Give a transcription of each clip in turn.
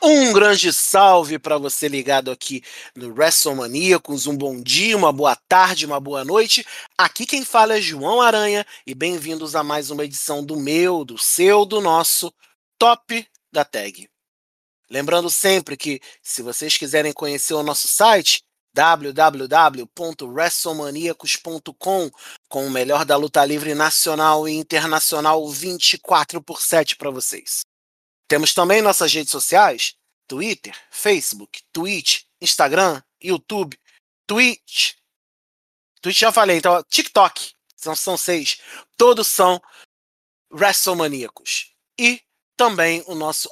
Um grande salve para você ligado aqui no WrestleManiacos. Um bom dia, uma boa tarde, uma boa noite. Aqui quem fala é João Aranha e bem-vindos a mais uma edição do meu, do seu, do nosso Top da Tag. Lembrando sempre que, se vocês quiserem conhecer o nosso site, www.wrestlemaniacos.com, com o melhor da luta livre nacional e internacional 24/7 para vocês. Temos também nossas redes sociais, Twitter, Facebook, Twitch, Instagram, YouTube, Twitch já falei, então TikTok, são 6, todos são WrestleManiacos. E também o nosso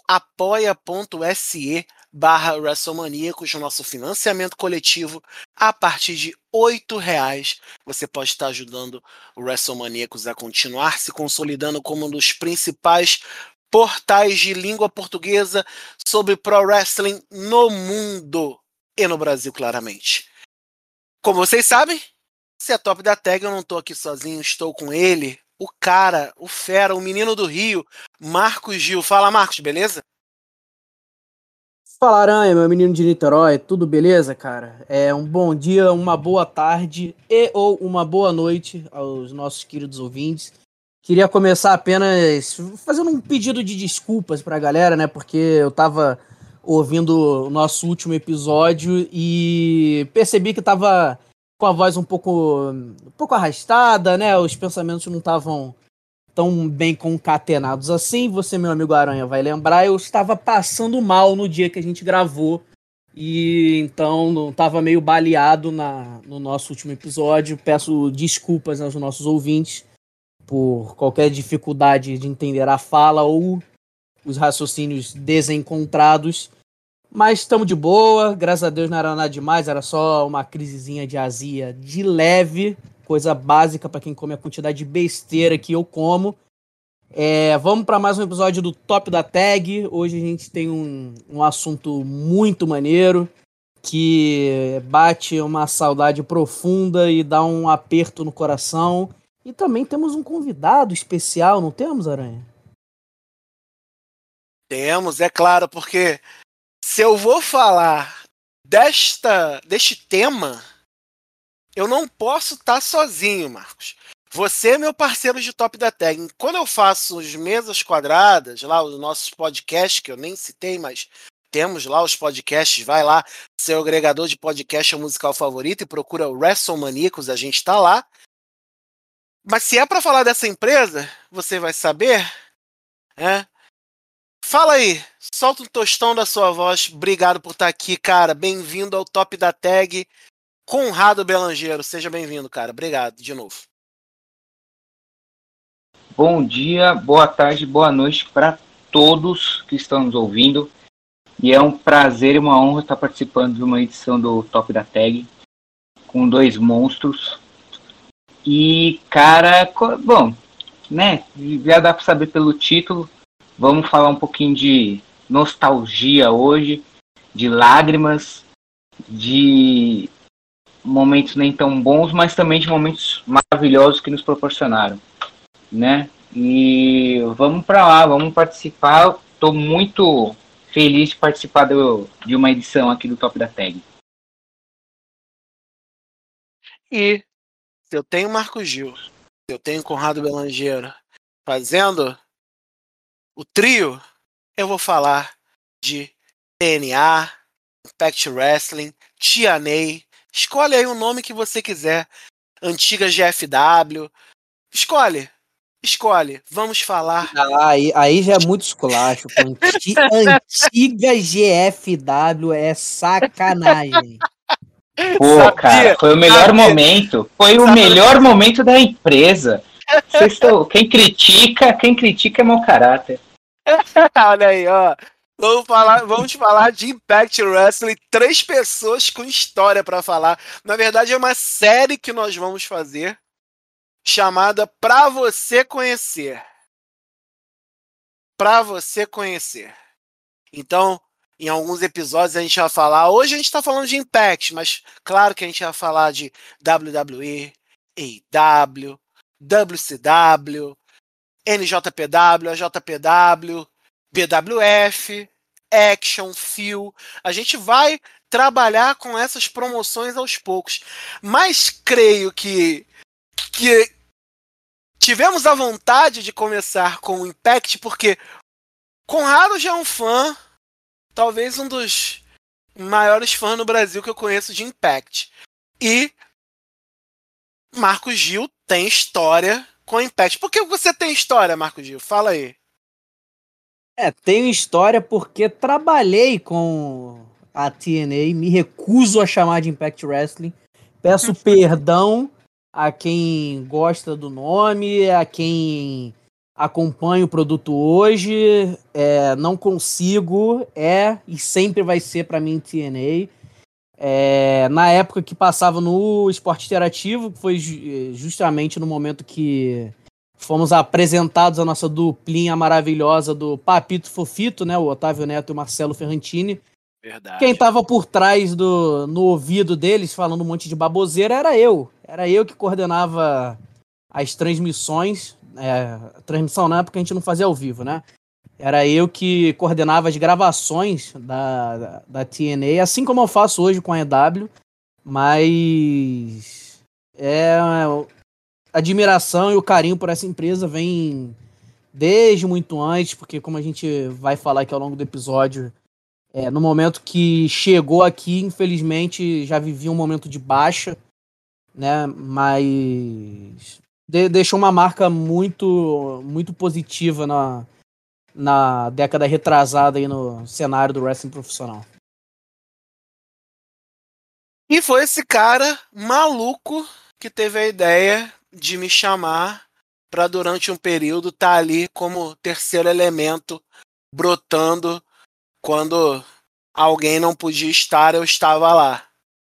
apoia.se/WrestleManiacos, o nosso financiamento coletivo, a partir de R$8, você pode estar ajudando o WrestleManiacos a continuar se consolidando como um dos principais portais de língua portuguesa sobre pro wrestling no mundo e no Brasil, claramente. Como vocês sabem, se é Top da Tag, eu não estou aqui sozinho, estou com ele, o cara, o fera, o menino do Rio, Marcos Gil. Fala, Marcos, beleza? Fala, Aranha, meu menino de Niterói, tudo beleza, cara? Um bom dia, uma boa tarde ou uma boa noite aos nossos queridos ouvintes. Queria começar apenas fazendo um pedido de desculpas pra galera, né? Porque eu tava ouvindo o nosso último episódio e percebi que tava com a voz um pouco arrastada, né? Os pensamentos não estavam tão bem concatenados assim. Você, meu amigo Aranha, vai lembrar, eu estava passando mal no dia que a gente gravou e então não estava meio baleado no nosso último episódio. Peço desculpas aos nossos ouvintes por qualquer dificuldade de entender a fala ou os raciocínios desencontrados. Mas estamos de boa, graças a Deus não era nada demais, era só uma crisezinha de azia de leve, coisa básica para quem come a quantidade de besteira que eu como. Vamos para mais um episódio do Top da Tag. Hoje a gente tem um assunto muito maneiro que bate uma saudade profunda e dá um aperto no coração. E também temos um convidado especial, não temos, Aranha? Temos, é claro, porque se eu vou falar deste tema, eu não posso estar sozinho, Marcos. Você é meu parceiro de Top da Tag. Quando eu faço os mesas quadradas, lá os nossos podcasts, que eu nem citei, mas temos lá os podcasts, vai lá, seu agregador de podcast musical favorito e procura o WrestleManiacos, a gente tá lá. Mas se é para falar dessa empresa, você vai saber, né? Fala aí, solta o tostão da sua voz. Obrigado por estar aqui, cara. Bem-vindo ao Top da Tag. Conrado Belangeiro, seja bem-vindo, cara. Obrigado de novo. Bom dia, boa tarde, boa noite para todos que estão nos ouvindo. E é um prazer e uma honra estar participando de uma edição do Top da Tag com dois monstros. E, cara, bom, né? Já dá para saber pelo título. Vamos falar um pouquinho de nostalgia hoje, de lágrimas, de momentos nem tão bons, mas também de momentos maravilhosos que nos proporcionaram, né? E vamos para lá, vamos participar. Estou muito feliz de participar de uma edição aqui do Top da Tag. E se eu tenho Marco Gil, se eu tenho Conrado Belangeiro fazendo o trio, eu vou falar de TNA, Impact Wrestling, TNA. Escolhe aí o nome que você quiser. Antiga GFW. Escolhe. Vamos falar. Aí já é muito esculacho. Antiga GFW é sacanagem. Pô, cara, foi o melhor momento. Foi o melhor momento da empresa. Quem critica é mau caráter. Olha aí, ó. Vamos falar de Impact Wrestling. 3 pessoas com história para falar. Na verdade, é uma série que nós vamos fazer chamada Pra Você Conhecer. Pra você conhecer. Então, em alguns episódios a gente vai falar. Hoje a gente está falando de Impact, mas claro que a gente vai falar de WWE, AEW, WCW, NJPW, AJPW, BWF, Action, Feel. A gente vai trabalhar com essas promoções aos poucos. Mas creio que tivemos a vontade de começar com o Impact, porque Conrado já é um fã, talvez um dos maiores fãs no Brasil que eu conheço de Impact. E Marco Gil tem história com Impact. Por que você tem história, Marco Gil? Fala aí. Tenho história porque trabalhei com a TNA, me recuso a chamar de Impact Wrestling. Peço perdão a quem gosta do nome, a quem acompanha o produto hoje. Não consigo, e sempre vai ser para mim TNA. Na época que passava no Esporte Interativo, que foi justamente no momento que fomos apresentados a nossa duplinha maravilhosa do Papito Fofito, né? O Otávio Neto e o Marcelo Ferrantini. Verdade. Quem tava por trás no ouvido deles, falando um monte de baboseira, era eu. Era eu que coordenava as transmissões. Transmissão não é porque a gente não fazia ao vivo, né? Era eu que coordenava as gravações da TNA, assim como eu faço hoje com a EW, mas a admiração e o carinho por essa empresa vem desde muito antes, porque como a gente vai falar aqui ao longo do episódio, no momento que chegou aqui, infelizmente, já vivi um momento de baixa, né? Mas deixou uma marca muito, muito positiva na década retrasada aí no cenário do wrestling profissional. E foi esse cara maluco que teve a ideia de me chamar para durante um período estar ali como terceiro elemento, brotando quando alguém não podia estar, eu estava lá.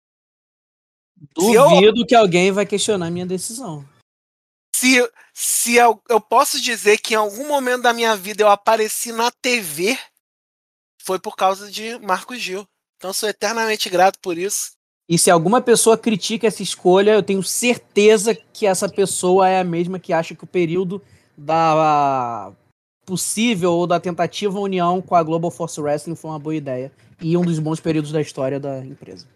Duvido que alguém vai questionar minha decisão. Se eu posso dizer que em algum momento da minha vida eu apareci na TV, foi por causa de Marco Gil. Então sou eternamente grato por isso. E se alguma pessoa critica essa escolha, eu tenho certeza que essa pessoa é a mesma que acha que o período da possível ou da tentativa união com a Global Force Wrestling foi uma boa ideia e um dos bons períodos da história da empresa.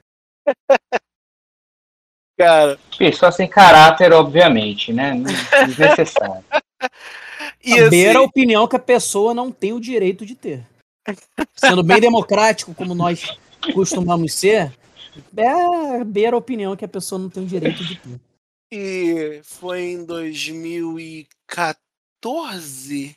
Cara. Pessoa sem caráter, obviamente, né? Desnecessário. Saber a opinião que a pessoa não tem o direito de ter. Sendo bem democrático, como nós costumamos ser, beira a opinião que a pessoa não tem o direito de ter. E foi em 2014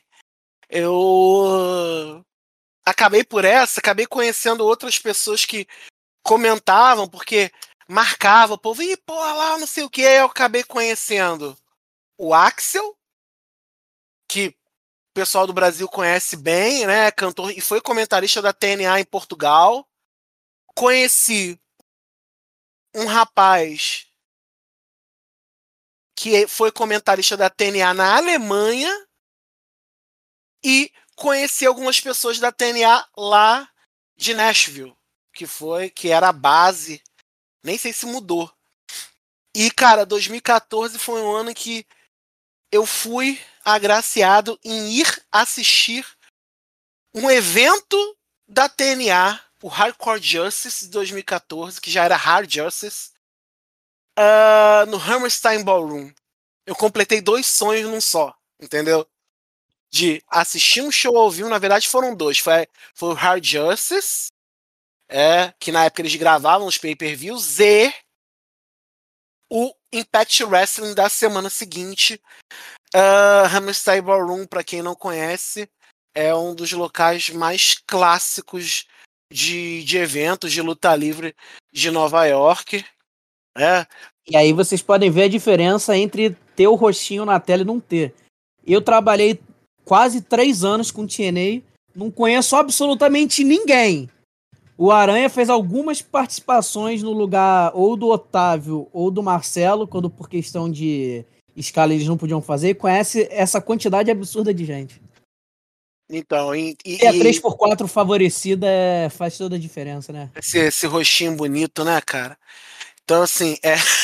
eu acabei conhecendo outras pessoas que comentavam, porque marcava, o povo, lá, não sei o que, eu acabei conhecendo o Axel, que o pessoal do Brasil conhece bem, né, cantor, e foi comentarista da TNA em Portugal. Conheci um rapaz que foi comentarista da TNA na Alemanha e conheci algumas pessoas da TNA lá de Nashville, que era a base, nem sei se mudou. E, cara, 2014 foi um ano que eu fui agraciado em ir assistir um evento da TNA, o Hardcore Justice de 2014, que já era Hard Justice, no Hammerstein Ballroom. Eu completei 2 sonhos num só, entendeu? De assistir um show ao vivo, na verdade foram 2. Foi o Hard Justice, que na época eles gravavam os pay-per-views, e o Impact Wrestling da semana seguinte. Hammerstein Ballroom, para quem não conhece, é um dos locais mais clássicos de eventos de luta livre de Nova York. E aí vocês podem ver a diferença entre ter o rostinho na tela e não ter. Eu trabalhei quase 3 anos com TNA, não conheço absolutamente ninguém. O Aranha fez algumas participações no lugar ou do Otávio ou do Marcelo, quando por questão de escala eles não podiam fazer, e conhece essa quantidade absurda de gente. Então, e a 3x4 favorecida faz toda a diferença, né? Esse rostinho bonito, né, cara? Então, assim,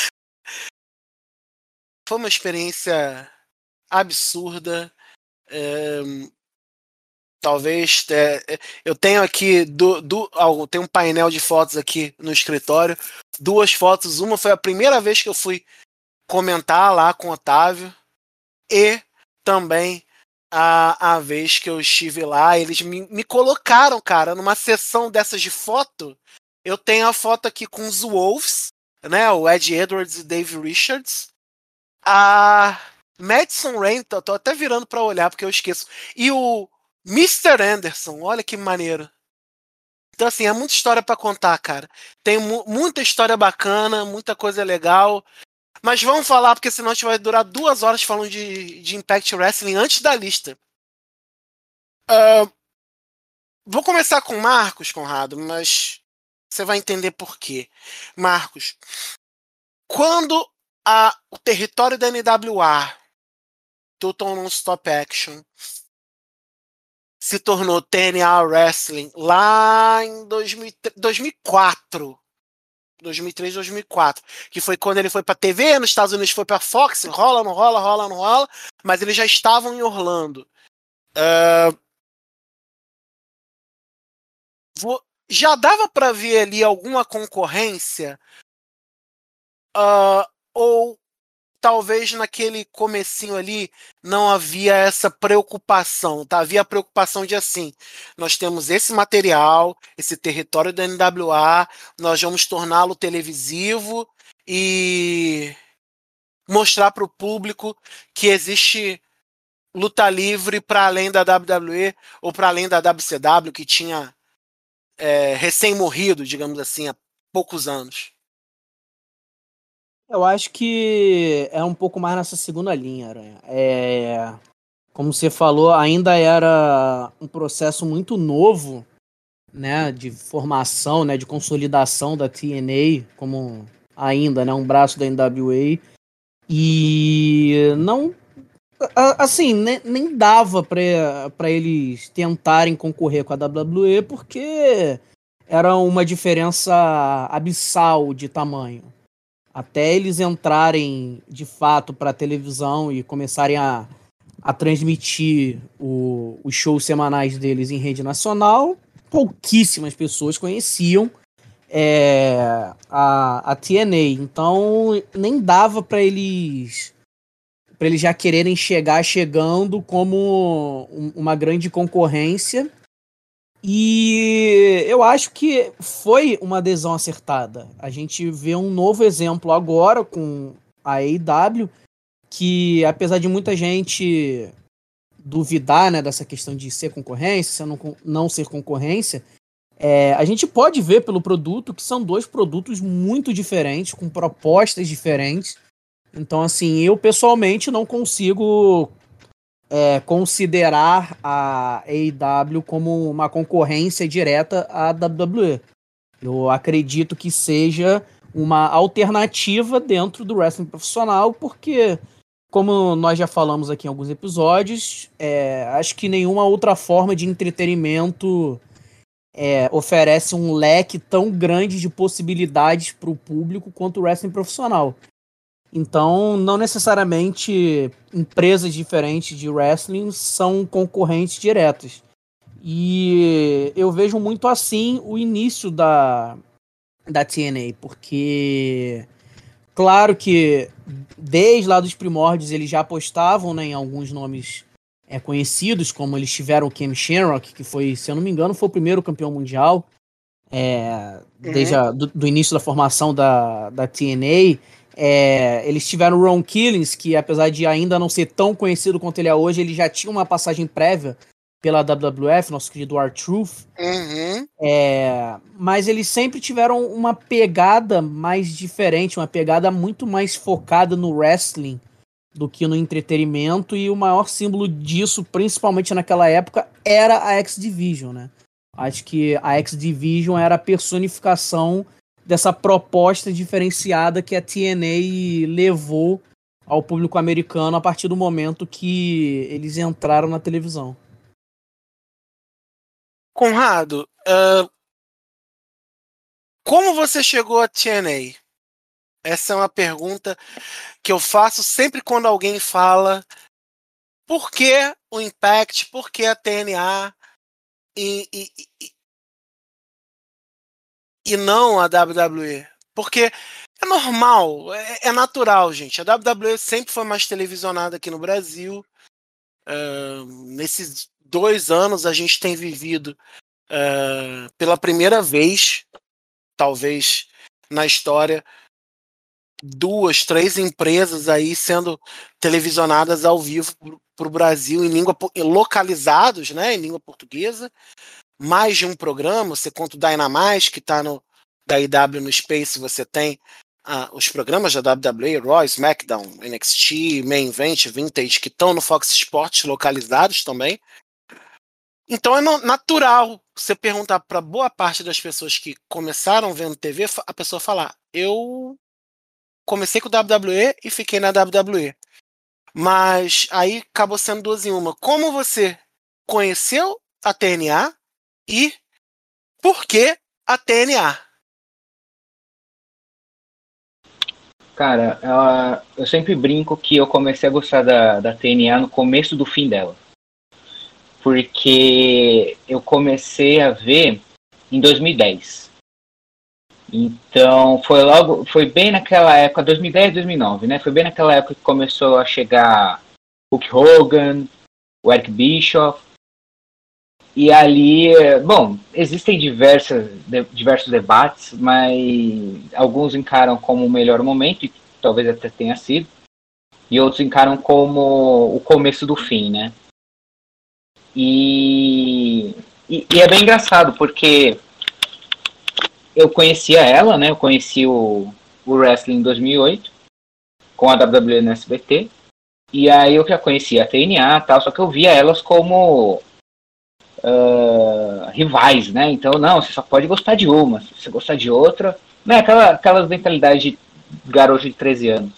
foi uma experiência absurda. Talvez eu tenho aqui tem um painel de fotos aqui no escritório, 2 fotos. Uma foi a primeira vez que eu fui comentar lá com o Otávio e também a vez que eu estive lá, eles me colocaram, cara, numa sessão dessas de foto. Eu tenho a foto aqui com os Wolves, né? O Ed Edwards e Dave Richards. A Madison Rain, tô até virando pra olhar porque eu esqueço. E o Mr. Anderson, olha que maneiro. Então, assim, é muita história pra contar, cara. Tem muita história bacana, muita coisa legal. Mas vamos falar, porque senão a gente vai durar 2 horas falando de Impact Wrestling antes da lista. Vou começar com o Marcos, Conrado, mas você vai entender por quê. Marcos, quando o território da NWA, Total Non-Stop Action, se tornou TNA Wrestling lá em 2004, 2003, 2004, que foi quando ele foi pra TV, nos Estados Unidos foi pra Fox, rola, não rola, rola, não rola, mas eles já estavam em Orlando. Já dava pra ver ali alguma concorrência? Ou talvez naquele comecinho ali não havia essa preocupação, tá? Havia a preocupação de assim, nós temos esse material, esse território da NWA, nós vamos torná-lo televisivo e mostrar para o público que existe luta livre para além da WWE ou para além da WCW, que tinha recém-morrido, digamos assim, há poucos anos. Eu acho que é um pouco mais nessa segunda linha, Aranha. Como você falou, ainda era um processo muito novo, né, de formação, né, de consolidação da TNA como ainda, né, um braço da NWA. E não, assim, nem dava para eles tentarem concorrer com a WWE porque era uma diferença abissal de tamanho. Até eles entrarem de fato para a televisão e começarem a transmitir os shows semanais deles em rede nacional, pouquíssimas pessoas conheciam a TNA. Então nem dava para eles já quererem chegando como uma grande concorrência. E eu acho que foi uma adesão acertada. A gente vê um novo exemplo agora com a AEW, que apesar de muita gente duvidar, né, dessa questão de ser concorrência, não ser concorrência, a gente pode ver pelo produto que são 2 produtos muito diferentes, com propostas diferentes. Então, assim, eu pessoalmente não consigo considerar a AEW como uma concorrência direta à WWE. Eu acredito que seja uma alternativa dentro do wrestling profissional, porque, como nós já falamos aqui em alguns episódios, acho que nenhuma outra forma de entretenimento oferece um leque tão grande de possibilidades para o público quanto o wrestling profissional. Então, não necessariamente empresas diferentes de wrestling são concorrentes diretos. E eu vejo muito assim o início da TNA, porque claro que desde lá dos primórdios eles já apostavam, né, em alguns nomes conhecidos, como eles tiveram o Ken Shamrock, que foi, se eu não me engano, foi o primeiro campeão mundial desde do início da formação da TNA. Eles tiveram o Ron Killings, que apesar de ainda não ser tão conhecido quanto ele é hoje, ele já tinha uma passagem prévia pela WWF, nosso querido R-Truth. Mas eles sempre tiveram uma pegada mais diferente, uma pegada muito mais focada no wrestling do que no entretenimento, e o maior símbolo disso, principalmente naquela época, era a X-Division, né? Acho que a X-Division era a personificação dessa proposta diferenciada que a TNA levou ao público americano a partir do momento que eles entraram na televisão. Conrado, como você chegou à TNA? Essa é uma pergunta que eu faço sempre quando alguém fala por que o Impact, por que a TNA, e não a WWE. Porque é normal, é natural, gente. A WWE sempre foi mais televisionada aqui no Brasil. Nesses 2 anos a gente tem vivido pela primeira vez, talvez na história, 2, 3 empresas aí sendo televisionadas ao vivo para o Brasil em língua localizados, né, em língua portuguesa. Mais de um programa, você conta o Dynamite, que está da IW no Space, você tem os programas da WWE, Raw, SmackDown, NXT, Main Event, Vintage, que estão no Fox Sports localizados também. Então é natural você perguntar para boa parte das pessoas que começaram vendo TV, a pessoa falar, eu comecei com o WWE e fiquei na WWE. Mas aí acabou sendo 2 em 1. Como você conheceu a TNA e por que a TNA? Cara, eu sempre brinco que eu comecei a gostar da TNA no começo do fim dela. Porque eu comecei a ver em 2010. Então, foi bem naquela época, 2010, 2009, né? Foi bem naquela época que começou a chegar Hulk Hogan, o Eric Bischoff. E ali, bom, existem diversos debates, mas alguns encaram como o melhor momento, e talvez até tenha sido, e outros encaram como o começo do fim, né? E é bem engraçado, porque eu conhecia ela, né? Eu conheci o wrestling em 2008, com a WWE no SBT, e aí eu já conhecia a TNA e tal, só que eu via elas como rivais, né? Então, não, você só pode gostar de uma, se você gostar de outra, né? Aquelas mentalidades de garoto de 13 anos.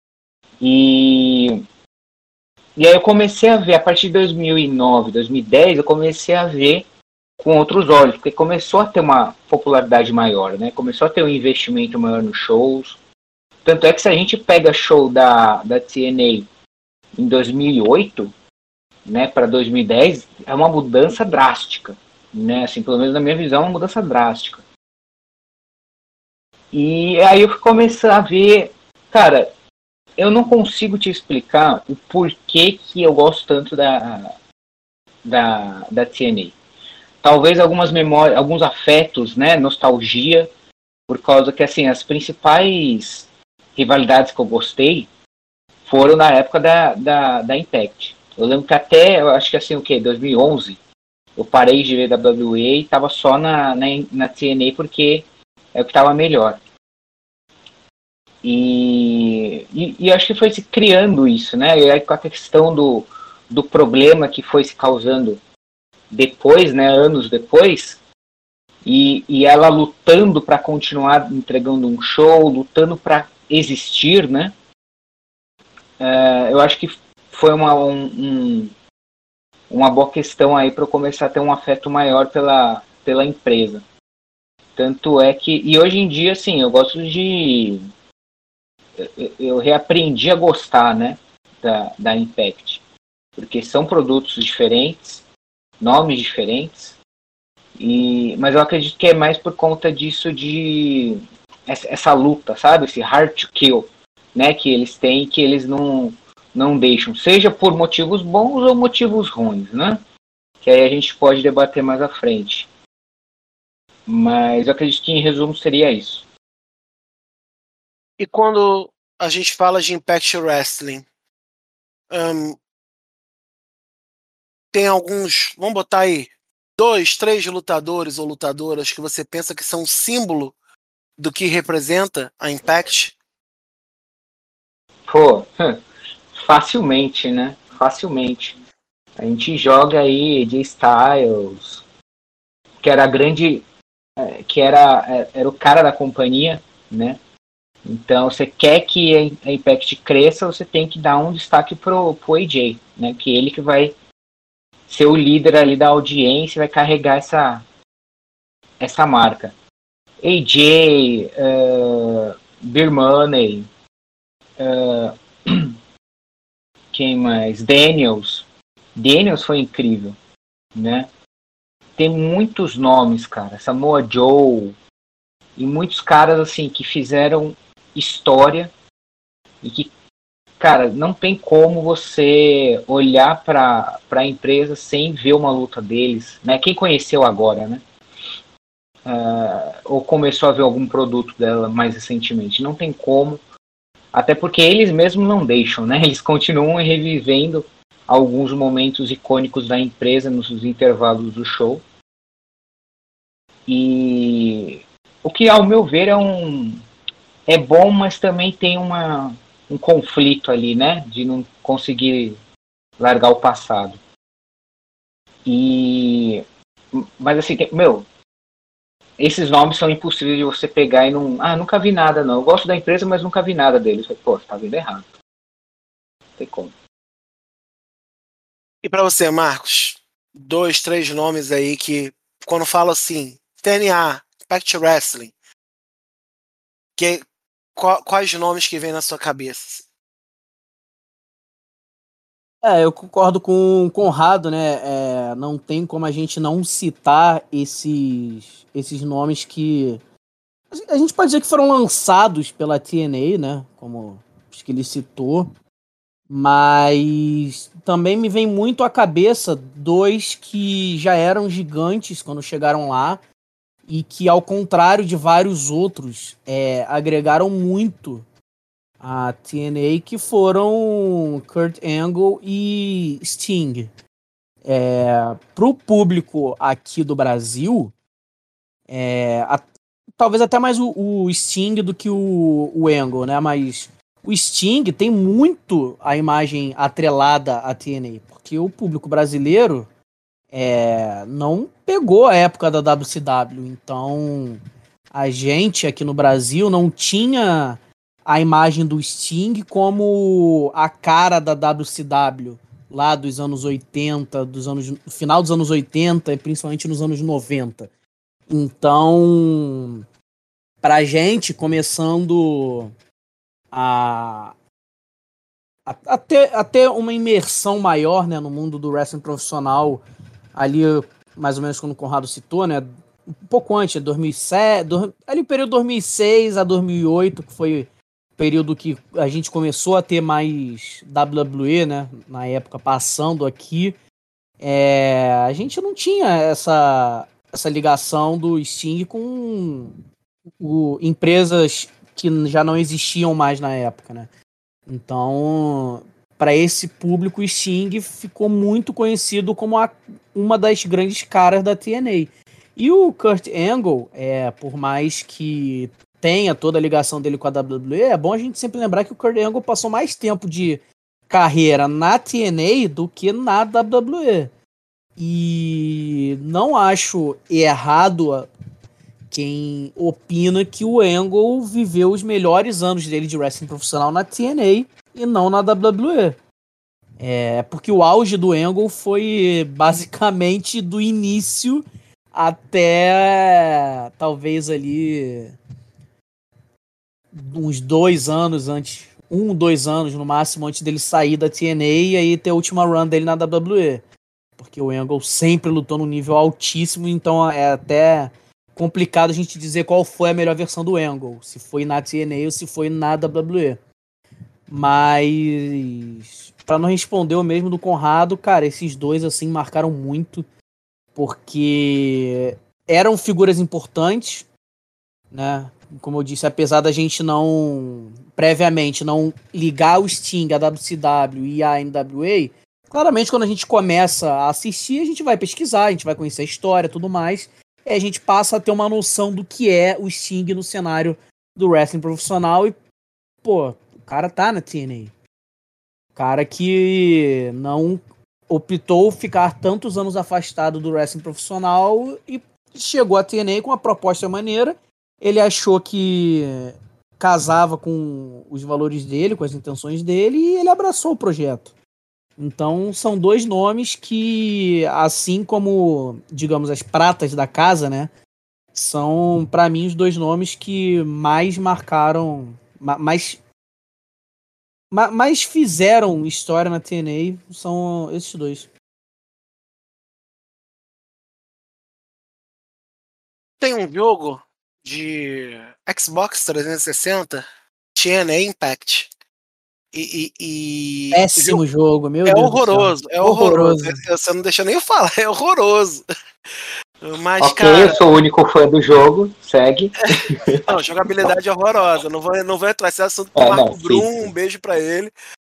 E aí eu comecei a ver, a partir de 2009, 2010, eu comecei a ver com outros olhos, porque começou a ter uma popularidade maior, né? Começou a ter um investimento maior nos shows. Tanto é que se a gente pega show da TNA em 2008, né, para 2010, é uma mudança drástica, né? Assim, pelo menos na minha visão, é uma mudança drástica. E aí eu comecei a ver, cara, eu não consigo te explicar o porquê que eu gosto tanto da TNA. Talvez algumas memórias, alguns afetos, né, nostalgia, por causa que, assim, as principais rivalidades que eu gostei foram na época da Impact. Eu lembro que até, eu acho que assim, 2011, eu parei de ver WWE e tava só na TNA porque é o que tava melhor. E acho que foi se criando isso, né? E aí com a questão do problema que foi se causando depois, né, anos depois, e ela lutando para continuar entregando um show, lutando para existir, né? Eu acho que foi uma boa questão aí para eu começar a ter um afeto maior pela empresa. Tanto é que, e hoje em dia, assim, eu gosto de, eu reaprendi a gostar, né, da Impact, porque são produtos diferentes, nomes diferentes, mas eu acredito que é mais por conta disso, de essa luta, sabe, esse hard to kill, né, que eles têm, que eles não deixam, seja por motivos bons ou motivos ruins, né, que aí a gente pode debater mais à frente. Mas eu acredito que em resumo seria isso. E quando a gente fala de Impact Wrestling, tem alguns, vamos botar aí, 2, 3 lutadores ou lutadoras que você pensa que são símbolo do que representa a Impact? Pô, facilmente, né? Facilmente. A gente joga aí de Styles, que era grande, que era o cara da companhia, né? Então, você quer que a Impact cresça, você tem que dar um destaque pro AJ, né? Que ele que vai ser o líder ali da audiência, vai carregar essa marca. AJ, Beer Money, quem mais? Daniels foi incrível, né? tem muitos nomes, cara. Samoa Joe e muitos caras assim que fizeram história e que, cara, não tem como você olhar para a empresa sem ver uma luta deles, né? Quem conheceu agora, né? Ou começou a ver algum produto dela mais recentemente, não tem como. Até porque eles mesmos não deixam, né? Eles continuam revivendo alguns momentos icônicos da empresa nos intervalos do show. E o que, ao meu ver, é bom, mas também tem um conflito ali, né? De não conseguir largar o passado. Mas assim, meu, esses nomes são impossíveis de você pegar e não. Ah, nunca vi nada, não. Eu gosto da empresa, mas nunca vi nada deles. Pô, você tá vendo errado. Não tem como. E pra você, Marcos, 2, 3 nomes aí que, quando falo assim, TNA, Impact Wrestling, quais nomes que vem na sua cabeça? Eu concordo com o Conrado, né? Não tem como a gente não citar esses nomes que a gente pode dizer que foram lançados pela TNA, né? Como os que ele citou. Mas também me vem muito à cabeça dois que já eram gigantes quando chegaram lá e que, ao contrário de vários outros, agregaram muito a TNA, que foram Kurt Angle e Sting. Pro público aqui do Brasil, talvez até mais o Sting do que o Angle, né? Mas o Sting tem muito a imagem atrelada à TNA, porque o público brasileiro não pegou a época da WCW, então a gente aqui no Brasil não tinha a imagem do Sting como a cara da WCW lá dos anos 80, final dos anos 80 e principalmente nos anos 90. Então, pra gente, começando a ter uma imersão maior, né, no mundo do wrestling profissional, ali, mais ou menos quando o Conrado citou, né, um pouco antes, 2007, ali o período 2006 a 2008, que foi o período que a gente começou a ter mais WWE, né, na época, passando aqui, a gente não tinha essa ligação do Sting com empresas que já não existiam mais na época, né? Então, para esse público, o Sting ficou muito conhecido como uma das grandes caras da TNA. E o Kurt Angle, por mais que tenha toda a ligação dele com a WWE, é bom a gente sempre lembrar que o Kurt Angle passou mais tempo de carreira na TNA do que na WWE. E não acho errado quem opina que o Angle viveu os melhores anos dele de wrestling profissional na TNA e não na WWE. Porque o auge do Angle foi basicamente do início até talvez ali uns 2 anos antes, 2 anos no máximo antes dele sair da TNA e aí ter a última run dele na WWE. Porque o Angle sempre lutou num nível altíssimo, então é até complicado a gente dizer qual foi a melhor versão do Angle, se foi na TNA ou se foi na WWE. Mas pra não responder o mesmo do Conrado, cara, esses dois assim marcaram muito, porque eram figuras importantes, né? Como eu disse, apesar da gente não previamente não ligar o Sting, a WCW e a NWA, claramente quando a gente começa a assistir, a gente vai pesquisar, a gente vai conhecer a história, tudo mais, e a gente passa a ter uma noção do que é o Sting no cenário do wrestling profissional e, pô, o cara tá na TNA. O cara que não optou ficar tantos anos afastado do wrestling profissional e chegou à TNA com uma proposta maneira. Ele achou que casava com os valores dele, com as intenções dele, e ele abraçou o projeto. Então, são dois nomes que, assim como, digamos, as pratas da casa, né? São, pra mim, os dois nomes que mais marcaram, mais fizeram história na TNA, são esses dois. Tem um jogo de Xbox 360, TNA Impact. Péssimo jogo, meu é Deus horroroso, do céu. é horroroso. Você não deixa nem eu falar, é horroroso. Mas, ok, cara, eu sou o único fã do jogo, segue. não, jogabilidade é horrorosa. Não vou entrar nesse assunto com o É, Marco não, sim, Brum, sim. um beijo pra ele.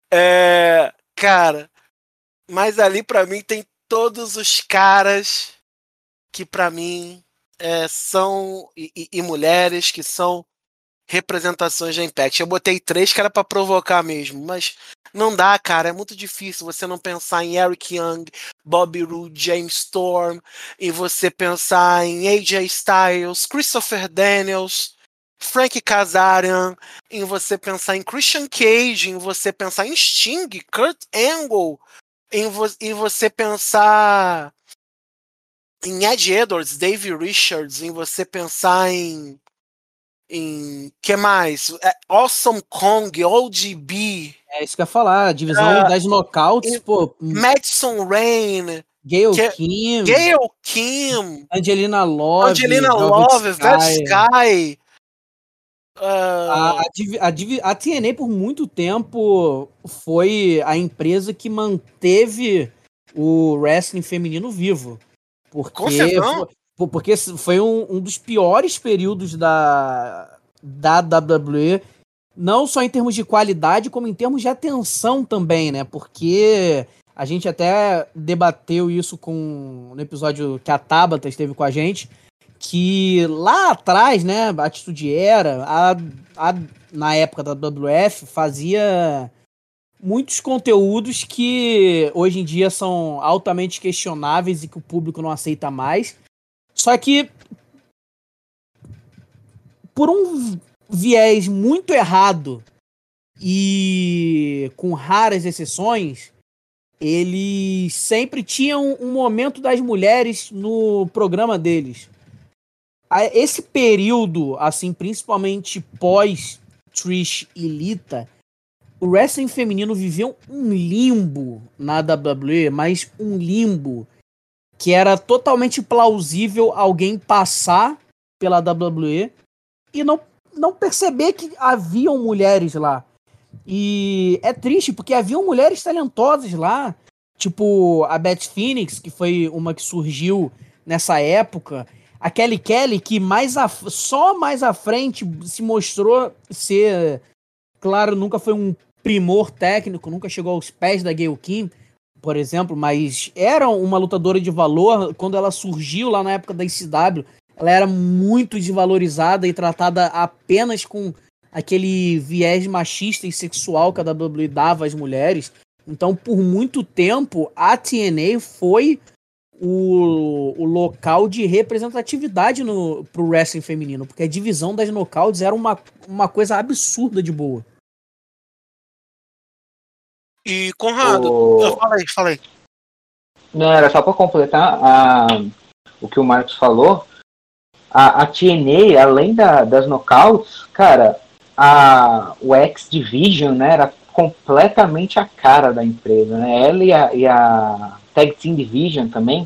Cara, mas ali pra mim tem todos os caras que pra mim são e mulheres que são representações da Impact. Eu botei 3 que era pra provocar mesmo, mas não dá, cara. É muito difícil você não pensar em Eric Young, Bobby Roode, James Storm, e você pensar em AJ Styles, Christopher Daniels, Frank Kazarian, em você pensar em Christian Cage, em você pensar em Sting, Kurt Angle, em você pensar em Ed Edwards, Dave Richards, em você pensar em que mais? Awesome Kong, ODB, É isso que eu ia falar, a divisão das knockouts, pô, Madison Rain, Gail Kim, Gail Kim, Angelina Love, Angelina Velvet Love, Velvet Sky. Sky. A TNA por muito tempo foi a empresa que manteve o wrestling feminino vivo. Com Porque certeza. porque foi um dos piores períodos da WWE, não só em termos de qualidade, como em termos de atenção também, né? Porque a gente até debateu isso no episódio que a Tabata esteve com a gente, que lá atrás, né, a Atitude Era, na época da WWF, fazia muitos conteúdos que hoje em dia são altamente questionáveis e que o público não aceita mais. Só que, por um viés muito errado e com raras exceções, eles sempre tinham um momento das mulheres no programa deles. Esse período, assim, principalmente pós Trish e Lita, o wrestling feminino viveu um limbo na WWE, mas um limbo que era totalmente plausível alguém passar pela WWE e não perceber que haviam mulheres lá. E é triste, porque haviam mulheres talentosas lá, tipo a Beth Phoenix, que foi uma que surgiu nessa época, a Kelly Kelly, que só mais à frente se mostrou ser, claro, nunca foi um primor técnico, nunca chegou aos pés da Gail Kim, por exemplo, mas era uma lutadora de valor. Quando ela surgiu lá na época da ICW, ela era muito desvalorizada e tratada apenas com aquele viés machista e sexual que a WWE dava às mulheres. Então, por muito tempo, a TNA foi o local de representatividade pro wrestling feminino, porque a divisão das knockouts era uma coisa absurda de boa. E, Conrado, fala aí. Não, era só para completar o que o Marcos falou. A TNA, além das knockouts, cara, o X-Division, né, era completamente a cara da empresa, né? Ela e a Tag Team Division também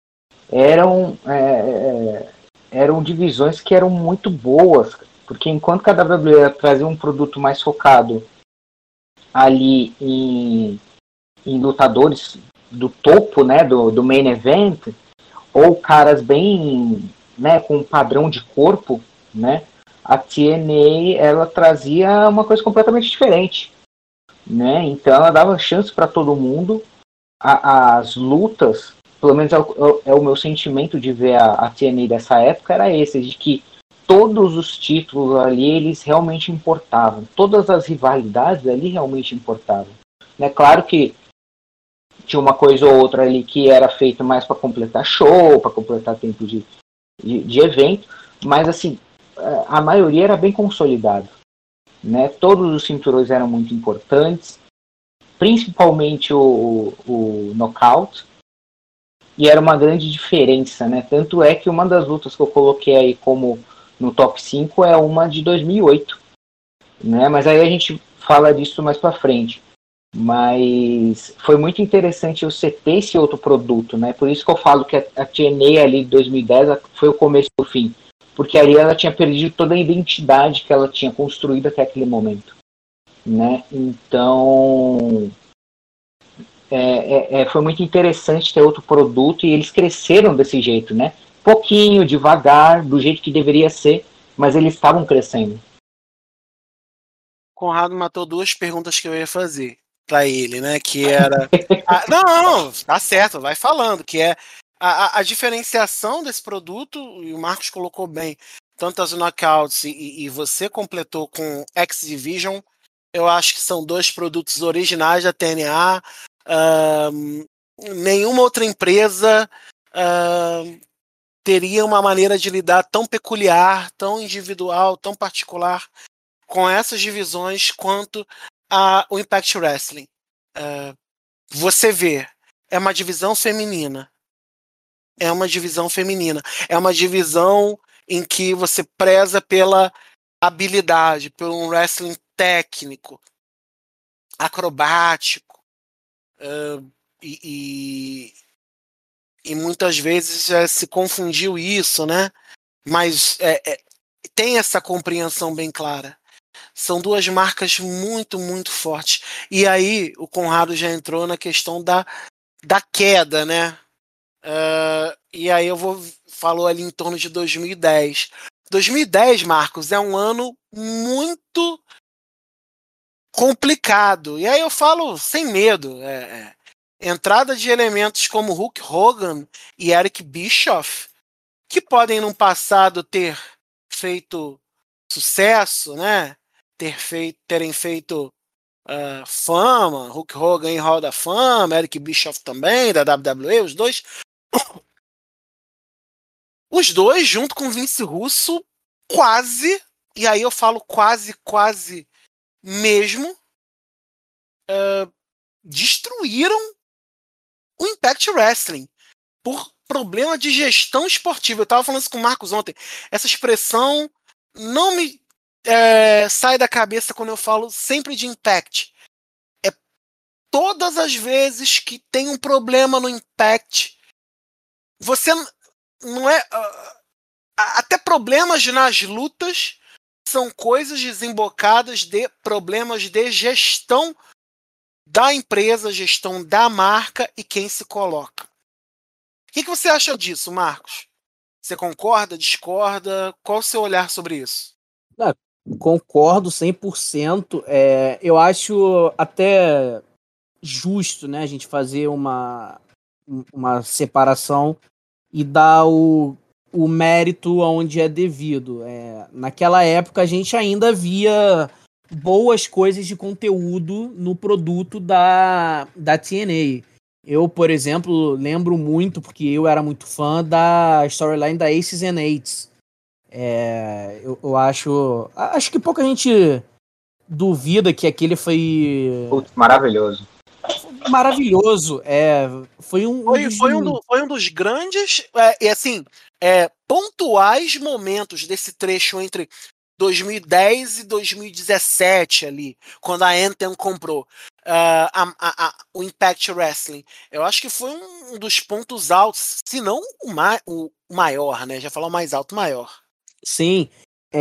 eram divisões que eram muito boas, porque enquanto que a WWE trazia um produto mais focado ali em lutadores do topo, né, do main event, ou caras bem, né, com um padrão de corpo, né, a TNA, ela trazia uma coisa completamente diferente, né, então ela dava chance para todo mundo. As lutas, pelo menos é o meu sentimento de ver a TNA dessa época, era esse, de que todos os títulos ali, eles realmente importavam. Todas as rivalidades ali realmente importavam. É claro que tinha uma coisa ou outra ali que era feita mais para completar show, para completar tempo de evento, mas assim, a maioria era bem consolidado, né? Todos os cinturões eram muito importantes, principalmente o knockout, e era uma grande diferença, né? Tanto é que uma das lutas que eu coloquei aí como no top 5 é uma de 2008, né? Mas aí a gente fala disso mais para frente. Mas foi muito interessante você ter esse outro produto, né? Por isso que eu falo que a TNA ali de 2010 foi o começo do fim. Porque ali ela tinha perdido toda a identidade que ela tinha construído até aquele momento, né? Então foi muito interessante ter outro produto e eles cresceram desse jeito, né? Pouquinho, devagar, do jeito que deveria ser, mas eles estavam crescendo. Conrado matou duas perguntas que eu ia fazer para ele, né? Que era. Não, tá certo, vai falando, que é a diferenciação desse produto, e o Marcos colocou bem, tanto as knockouts e você completou com X-Division. Eu acho que são dois produtos originais da TNA. Nenhuma outra empresa teria uma maneira de lidar tão peculiar, tão individual, tão particular com essas divisões quanto o Impact Wrestling. Você vê, é uma divisão feminina. É uma divisão feminina. É uma divisão em que você preza pela habilidade, por um wrestling técnico, acrobático, e muitas vezes já se confundiu isso, né? Mas tem essa compreensão bem clara. São duas marcas muito, muito fortes. E aí o Conrado já entrou na questão da queda, né? E aí falou ali em torno de 2010. 2010, Marcos, é um ano muito complicado. E aí eu falo sem medo. Entrada de elementos como Hulk Hogan e Eric Bischoff, que podem no passado ter feito sucesso, né? Terem feito fama, Hulk Hogan em Hall da Fama, Eric Bischoff também, da WWE, os dois. Os dois, junto com Vince Russo, quase, e aí eu falo quase mesmo, destruíram o Impact Wrestling por problema de gestão esportiva. Eu estava falando isso com o Marcos ontem. Essa expressão não me sai da cabeça quando eu falo sempre de Impact. Todas as vezes que tem um problema no Impact, você não é... até problemas nas lutas são coisas desembocadas de problemas de gestão da empresa, gestão da marca e quem se coloca. O que você acha disso, Marcos? Você concorda, discorda? Qual o seu olhar sobre isso? Concordo 100%. Eu acho até justo, né, a gente fazer uma separação e dar o mérito onde é devido. Naquela época a gente ainda via boas coisas de conteúdo no produto da TNA. Eu, por exemplo, lembro muito, porque eu era muito fã da storyline da Aces and Eights. Eu acho que pouca gente duvida que aquele foi... Putz, maravilhoso. Foi um dos grandes pontuais momentos desse trecho entre 2010 e 2017 ali, quando a Anthem comprou o Impact Wrestling. Eu acho que foi um dos pontos altos, se não o maior, né? Já falou mais alto, maior. Sim.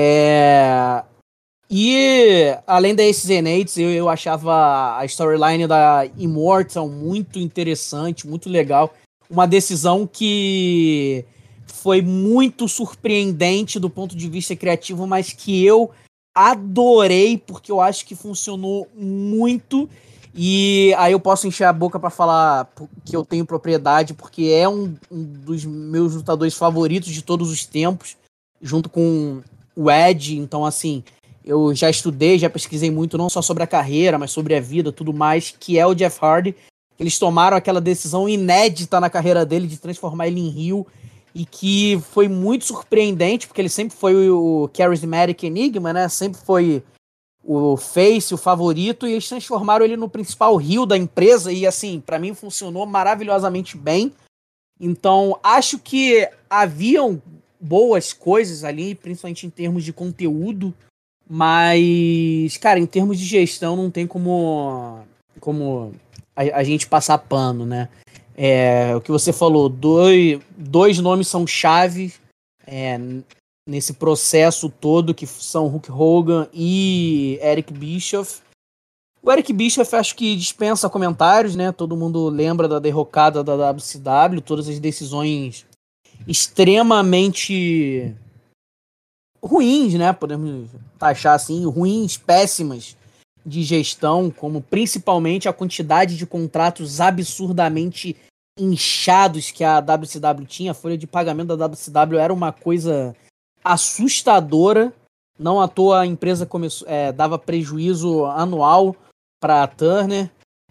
E além da Aces and Eights, eu achava a storyline da Immortal muito interessante, muito legal. Uma decisão que foi muito surpreendente do ponto de vista criativo, mas que eu adorei, porque eu acho que funcionou muito. E aí eu posso encher a boca para falar que eu tenho propriedade, porque é um dos meus lutadores favoritos de todos os tempos, junto com o Edge. Então, assim, eu já estudei, já pesquisei muito, não só sobre a carreira, mas sobre a vida, tudo mais, que é o Jeff Hardy. Eles tomaram aquela decisão inédita na carreira dele de transformar ele em heel, e que foi muito surpreendente, porque ele sempre foi o Charismatic Enigma, né? Sempre foi o face, o favorito, e eles transformaram ele no principal heel da empresa, e assim, pra mim funcionou maravilhosamente bem. Então, acho que haviam boas coisas ali, principalmente em termos de conteúdo, mas, cara, em termos de gestão não tem como como a gente passar pano, né? O que você falou, dois nomes são chave nesse processo todo, que são Hulk Hogan e Eric Bischoff. O Eric Bischoff acho que dispensa comentários, né? Todo mundo lembra da derrocada da WCW, todas as decisões extremamente ruins, né? Podemos taxar assim, ruins, péssimas de gestão, como principalmente a quantidade de contratos absurdamente inchados que a WCW tinha. A folha de pagamento da WCW era uma coisa assustadora. Não à toa a empresa dava prejuízo anual para a Turner.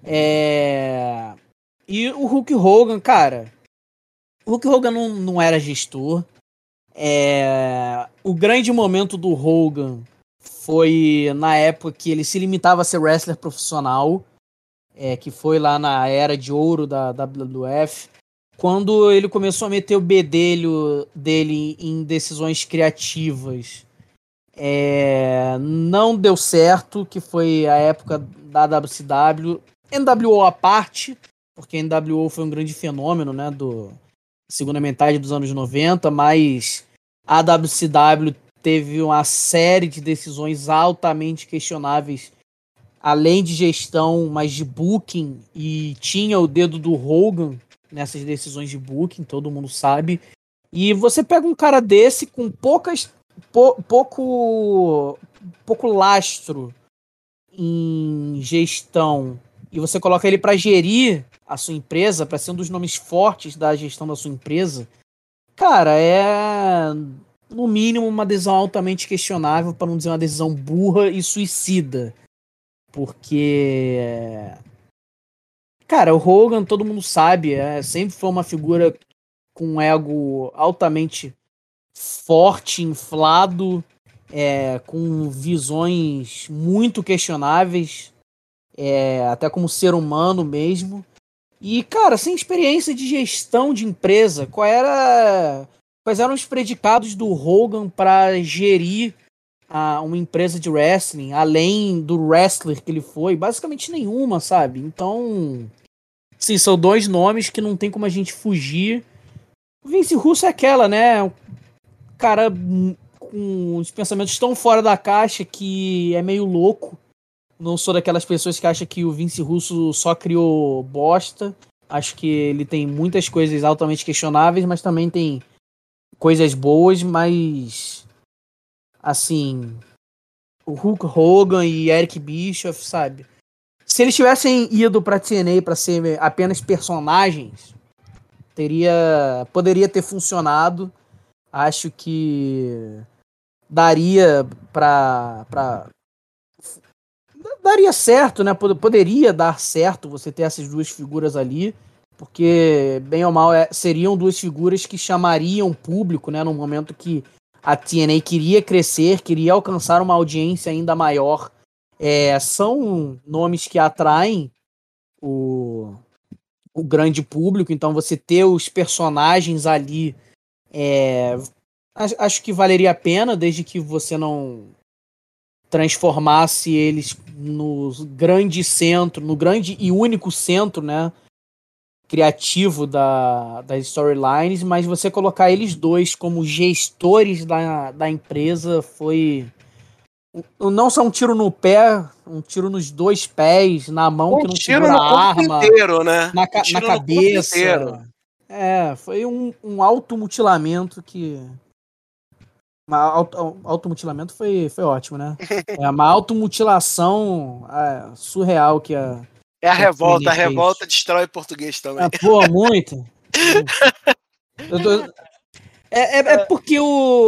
E o Hulk Hogan, cara, o Hulk Hogan não era gestor. O grande momento do Hogan foi na época que ele se limitava a ser wrestler profissional, que foi lá na era de ouro da WWF, quando ele começou a meter o bedelho dele em decisões criativas. Não deu certo, que foi a época da WCW, NWO à parte, porque a NWO foi um grande fenômeno, né, do segunda metade dos anos 90, mas a WCW teve uma série de decisões altamente questionáveis, além de gestão, mas de booking, e tinha o dedo do Hogan nessas decisões de booking, todo mundo sabe. E você pega um cara desse com pouco lastro em gestão e você coloca ele para gerir a sua empresa, para ser um dos nomes fortes da gestão da sua empresa, cara, no mínimo uma decisão altamente questionável, para não dizer uma decisão burra e suicida. Porque, cara, o Hogan, todo mundo sabe, sempre foi uma figura com um ego altamente forte, inflado, com visões muito questionáveis, até como ser humano mesmo. E, cara, sem experiência de gestão de empresa, quais eram os predicados do Hogan para gerir uma empresa de wrestling, além do wrestler que ele foi? Basicamente nenhuma, sabe? Então, sim, são dois nomes que não tem como a gente fugir. O Vince Russo é aquela, né? Um cara com os pensamentos tão fora da caixa que é meio louco. Não sou daquelas pessoas que acham que o Vince Russo só criou bosta. Acho que ele tem muitas coisas altamente questionáveis, mas também tem coisas boas. Mas, assim, o Hulk Hogan e Eric Bischoff, sabe? Se eles tivessem ido pra TNA pra ser apenas personagens, poderia ter funcionado. Acho que daria daria certo, né? Poderia dar certo você ter essas duas figuras ali, porque, bem ou mal, seriam duas figuras que chamariam público, né? No momento que a TNA queria crescer, queria alcançar uma audiência ainda maior. São nomes que atraem o grande público, então você ter os personagens ali, acho que valeria a pena, desde que você não transformasse eles no grande centro, no grande e único centro, né, criativo das storylines, mas você colocar eles dois como gestores da empresa foi não só um tiro no pé, um tiro nos dois pés, na mão que não segura a arma, inteiro, né? na cabeça. Foi um automutilamento que... Automutilamento foi ótimo, né? Uma automutilação surreal que a... É a revolta destrói português também. Pô, muito. Porque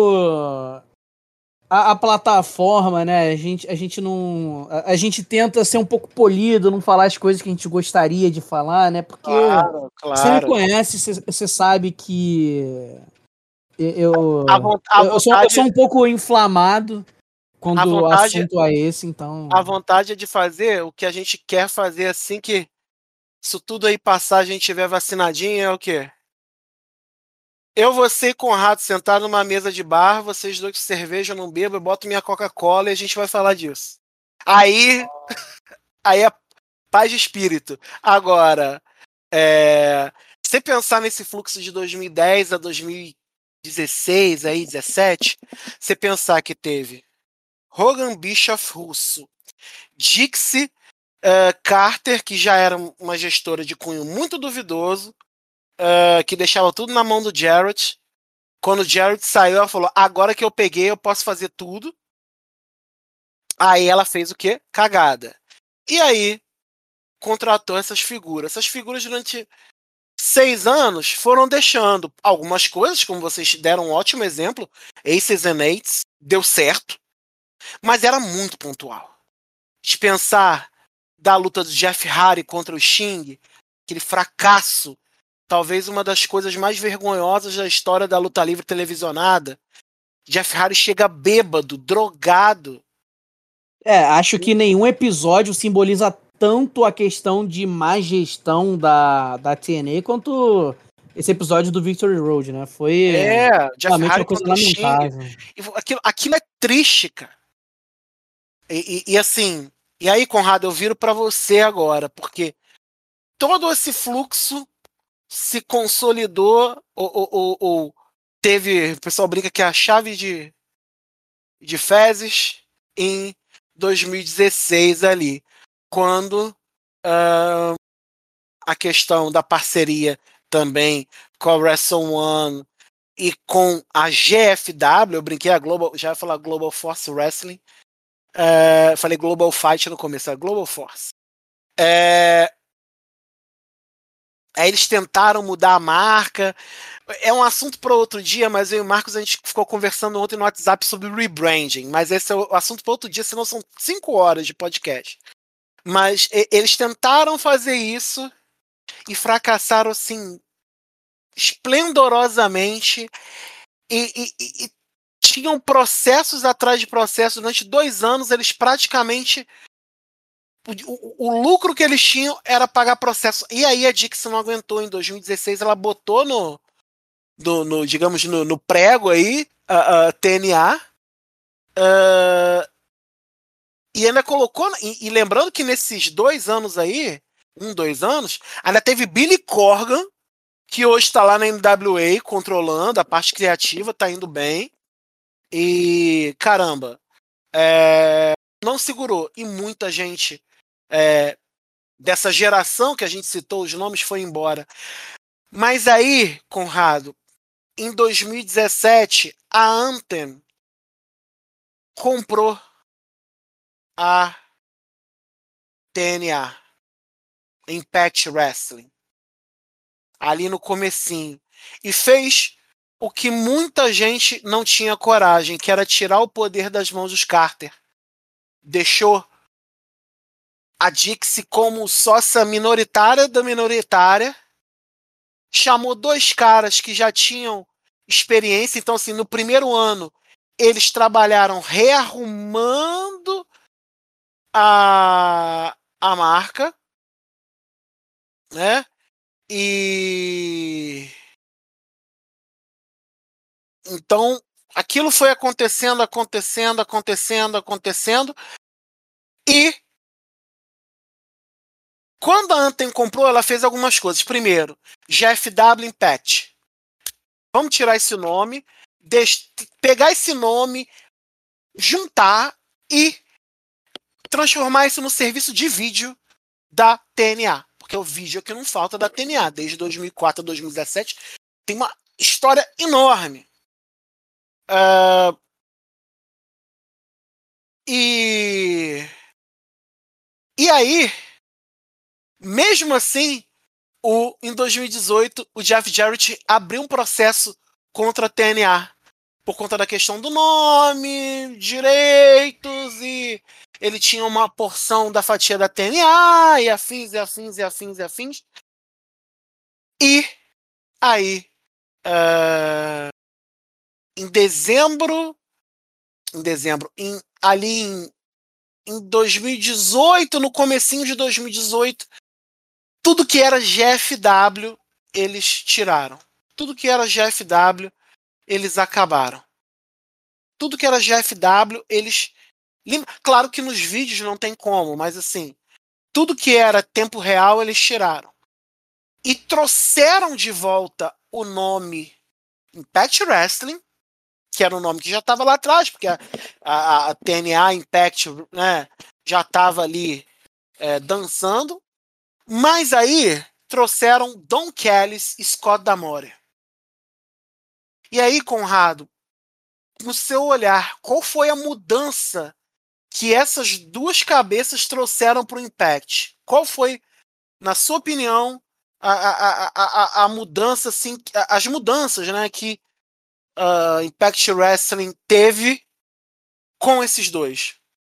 a plataforma, né? A gente não... A gente tenta ser um pouco polido, não falar as coisas que a gente gostaria de falar, né? Porque claro. Você me conhece, você sabe que eu sou um pouco inflamado quando o assunto é esse, então... A vontade é de fazer o que a gente quer fazer assim que isso tudo aí passar, a gente tiver vacinadinho, é o quê? Eu, você e Conrado sentado numa mesa de bar, vocês dois de cerveja, eu não bebo, eu boto minha Coca-Cola e a gente vai falar disso. Aí Paz de espírito. Agora, se pensar nesse fluxo de 2010 a 2016, aí, 17, você pensar que teve Hogan Bischoff russo, Dixie Carter, que já era uma gestora de cunho muito duvidoso, que deixava tudo na mão do Jarrett. Quando o Jarrett saiu, ela falou: agora que eu peguei, eu posso fazer tudo. Aí ela fez o quê? Cagada. E aí, contratou essas figuras. Essas figuras, durante 6 anos, foram deixando algumas coisas, como vocês deram um ótimo exemplo, Aces and Eights, deu certo, mas era muito pontual. Dispensar da luta do Jeff Hardy contra o Sting, aquele fracasso, talvez uma das coisas mais vergonhosas da história da luta livre televisionada. Jeff Hardy chega bêbado, drogado. Acho que nenhum episódio simboliza tanto a questão de má gestão da TNA quanto esse episódio do Victory Road, né? Foi Jeff Hardy uma coisa contra o lamentável. Sting. Aquilo é triste, cara. E assim, e aí, Conrado, eu viro pra você agora, porque todo esse fluxo se consolidou ou teve, o pessoal brinca que é a chave de fezes em 2016 ali, quando a questão da parceria também com a WrestleOne e com a GFW, eu brinquei já ia falar Global Force Wrestling, falei Global Fight no começo, Global Force. Aí eles tentaram mudar a marca. É um assunto para outro dia, mas eu e o Marcos, a gente ficou conversando ontem no WhatsApp sobre rebranding, mas esse é o assunto para outro dia, senão são 5 horas de podcast. Mas eles tentaram fazer isso e fracassaram assim esplendorosamente e tinham processos atrás de processos. Durante 2 anos eles praticamente o lucro que eles tinham era pagar processo. E aí a Dixie não aguentou. Em 2016 ela botou digamos, no prego aí a TNA, e ainda colocou, e lembrando que nesses 2 anos aí, 2 anos, ainda teve Billy Corgan, que hoje está lá na NWA controlando a parte criativa, tá indo bem, e caramba, não segurou, e muita gente dessa geração que a gente citou, os nomes, foi embora. Mas aí, Conrado, em 2017, a Anthem comprou a TNA, Impact Wrestling, ali no comecinho, e fez o que muita gente não tinha coragem, que era tirar o poder das mãos dos Carter. Deixou a Dixie como sócia minoritária da minoritária, chamou 2 caras que já tinham experiência. Então, assim, no primeiro ano, eles trabalharam rearrumando a marca, né? E então aquilo foi acontecendo. E quando a Anthem comprou, ela fez algumas coisas. Primeiro, GFW Impact. Vamos tirar esse nome, pegar esse nome, juntar e transformar isso no serviço de vídeo da TNA. Porque o vídeo que não falta da TNA. Desde 2004 a 2017 tem uma história enorme. E aí, mesmo assim, em 2018, o Jeff Jarrett abriu um processo contra a TNA por conta da questão do nome, direitos, e ele tinha uma porção da fatia da TNA, e afins. E aí, em dezembro, ali em 2018, no comecinho de 2018, tudo que era GFW, eles tiraram. Tudo que era GFW, eles acabaram. Tudo que era GFW, eles... Claro que nos vídeos não tem como, mas assim, tudo que era tempo real eles tiraram. E trouxeram de volta o nome Impact Wrestling, que era um nome que já estava lá atrás, porque a TNA Impact, né, já estava ali dançando. Mas aí trouxeram Don Callis e Scott D'Amore. E aí, Conrado, no seu olhar, qual foi a mudança que essas duas cabeças trouxeram para o Impact? Qual foi, na sua opinião, a mudança, assim, as mudanças, né, que Impact Wrestling teve com esses dois?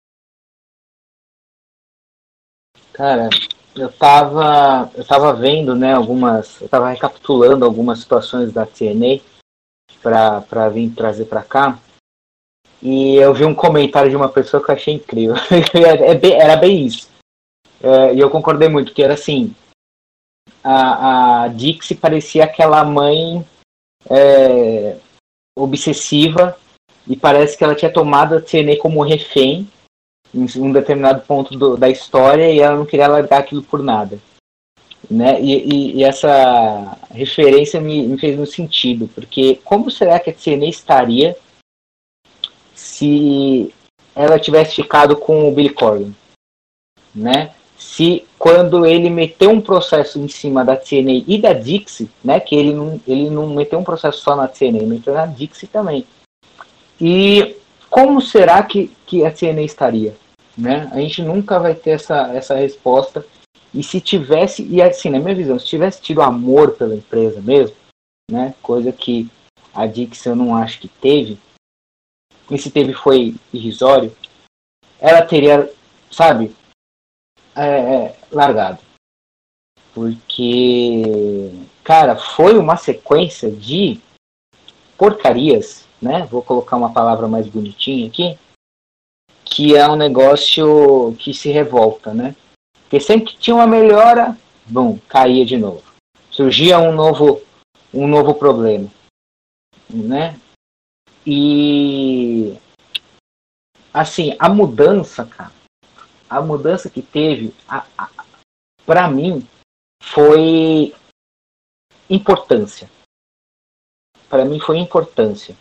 Cara, eu tava vendo, né, eu tava recapitulando algumas situações da TNA para vir trazer para cá. E eu vi um comentário de uma pessoa que eu achei incrível. Era bem isso. E eu concordei muito, que era assim, a Dixie parecia aquela mãe obsessiva, e parece que ela tinha tomado a TNA como refém em um determinado ponto da história, e ela não queria largar aquilo por nada. Né? E essa referência me fez um sentido, porque como será que a TNA estaria se ela tivesse ficado com o Billy Corgan, né? Se quando ele meteu um processo em cima da TNA e da Dixie, né? Que ele não meteu um processo só na TNA, ele meteu na Dixie também. E como será que a TNA estaria, né? A gente nunca vai ter essa resposta. E se tivesse, e assim, na minha visão, se tivesse tido amor pela empresa mesmo, né? Coisa que a Dixie eu não acho que teve, e se teve foi irrisório, ela teria, sabe, largado. Porque, cara, foi uma sequência de porcarias, né? Vou colocar uma palavra mais bonitinha aqui, que é um negócio que se revolta, né? Porque sempre que tinha uma melhora, bum, caía de novo. Surgia um novo problema, né? E assim, a mudança, cara, a mudança que teve, para mim, foi importância. Para mim foi importância.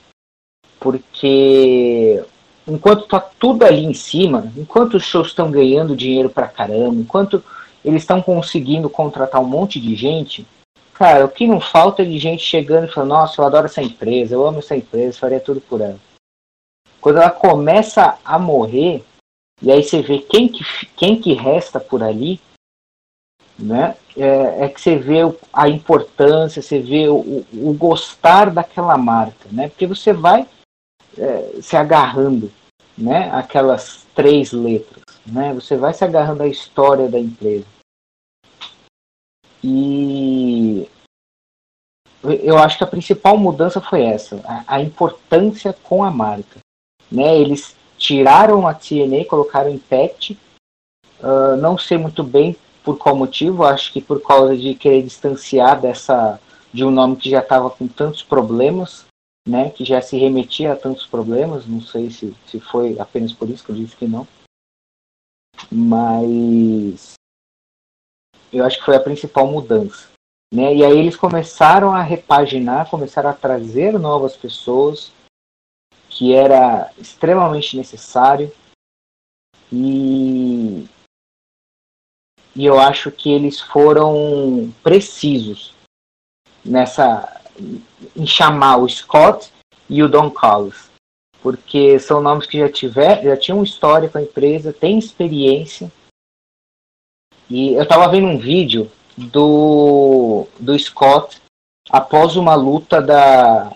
Porque enquanto tá tudo ali em cima, enquanto os shows estão ganhando dinheiro pra caramba, enquanto eles estão conseguindo contratar um monte de gente, cara, o que não falta é de gente chegando e falando, nossa, eu adoro essa empresa, eu amo essa empresa, faria tudo por ela. Quando ela começa a morrer, e aí você vê quem que resta por ali, né? Que você vê a importância, você vê o gostar daquela marca, né? Porque você vai se agarrando, né? Aquelas 3 letras, né? Você vai se agarrando à história da empresa. E eu acho que a principal mudança foi essa, a importância com a marca, né? Eles tiraram a TNA, colocaram Impact, não sei muito bem por qual motivo, acho que por causa de querer distanciar de um nome que já estava com tantos problemas, né, que já se remetia a tantos problemas, não sei se foi apenas por isso que eu disse que não, mas eu acho que foi a principal mudança, né, e aí eles começaram a repaginar, começaram a trazer novas pessoas, que era extremamente necessário, e eu acho que eles foram precisos em chamar o Scott e o Don Callis, porque são nomes que já tinham história com a empresa, têm experiência. E eu estava vendo um vídeo do Scott após uma luta da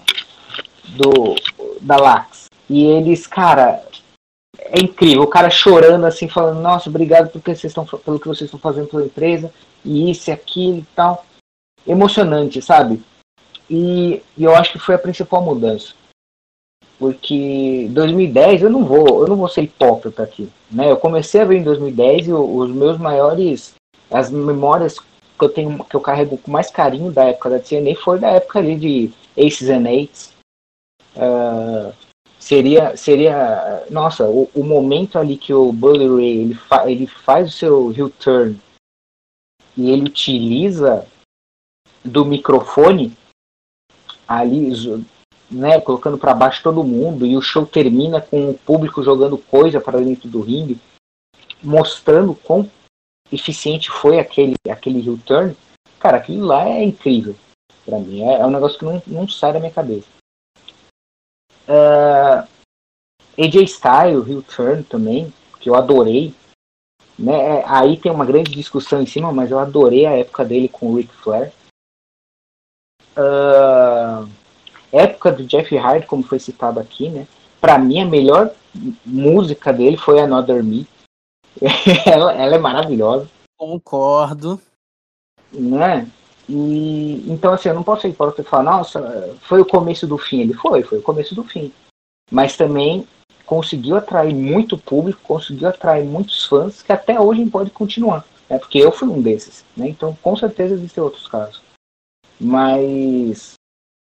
Lax, e eles, cara, é incrível, o cara chorando assim, falando, nossa, obrigado pelo que vocês estão fazendo pela empresa, e isso e aquilo e tal. Emocionante, sabe? E eu acho que foi a principal mudança. Porque 2010 eu não vou ser hipócrita aqui, né? Eu comecei a ver em 2010 e os meus maiores, as memórias que eu carrego com mais carinho da época da TNA foi da época ali de Aces and Eights, Seria, nossa, o momento ali que o Bully Ray ele faz o seu heel turn e ele utiliza do microfone ali, né, colocando para baixo todo mundo, e o show termina com o público jogando coisa para dentro do ringue, mostrando quão eficiente foi aquele heel turn. Cara, aquilo lá é incrível para mim, é um negócio que não sai da minha cabeça. AJ Styles, heel turn também, que eu adorei, né? Aí tem uma grande discussão em cima, mas eu adorei a época dele com o Ric Flair. Época do Jeff Hardy, como foi citado aqui, né? Pra mim, a melhor música dele foi Another Me. ela é maravilhosa. Concordo. Né? E, então, assim, eu não posso ir para você falar, nossa, foi o começo do fim. Ele foi o começo do fim. Mas também conseguiu atrair muito público, conseguiu atrair muitos fãs, que até hoje pode continuar. Né? Porque eu fui um desses. Né? Então, com certeza existem outros casos. Mas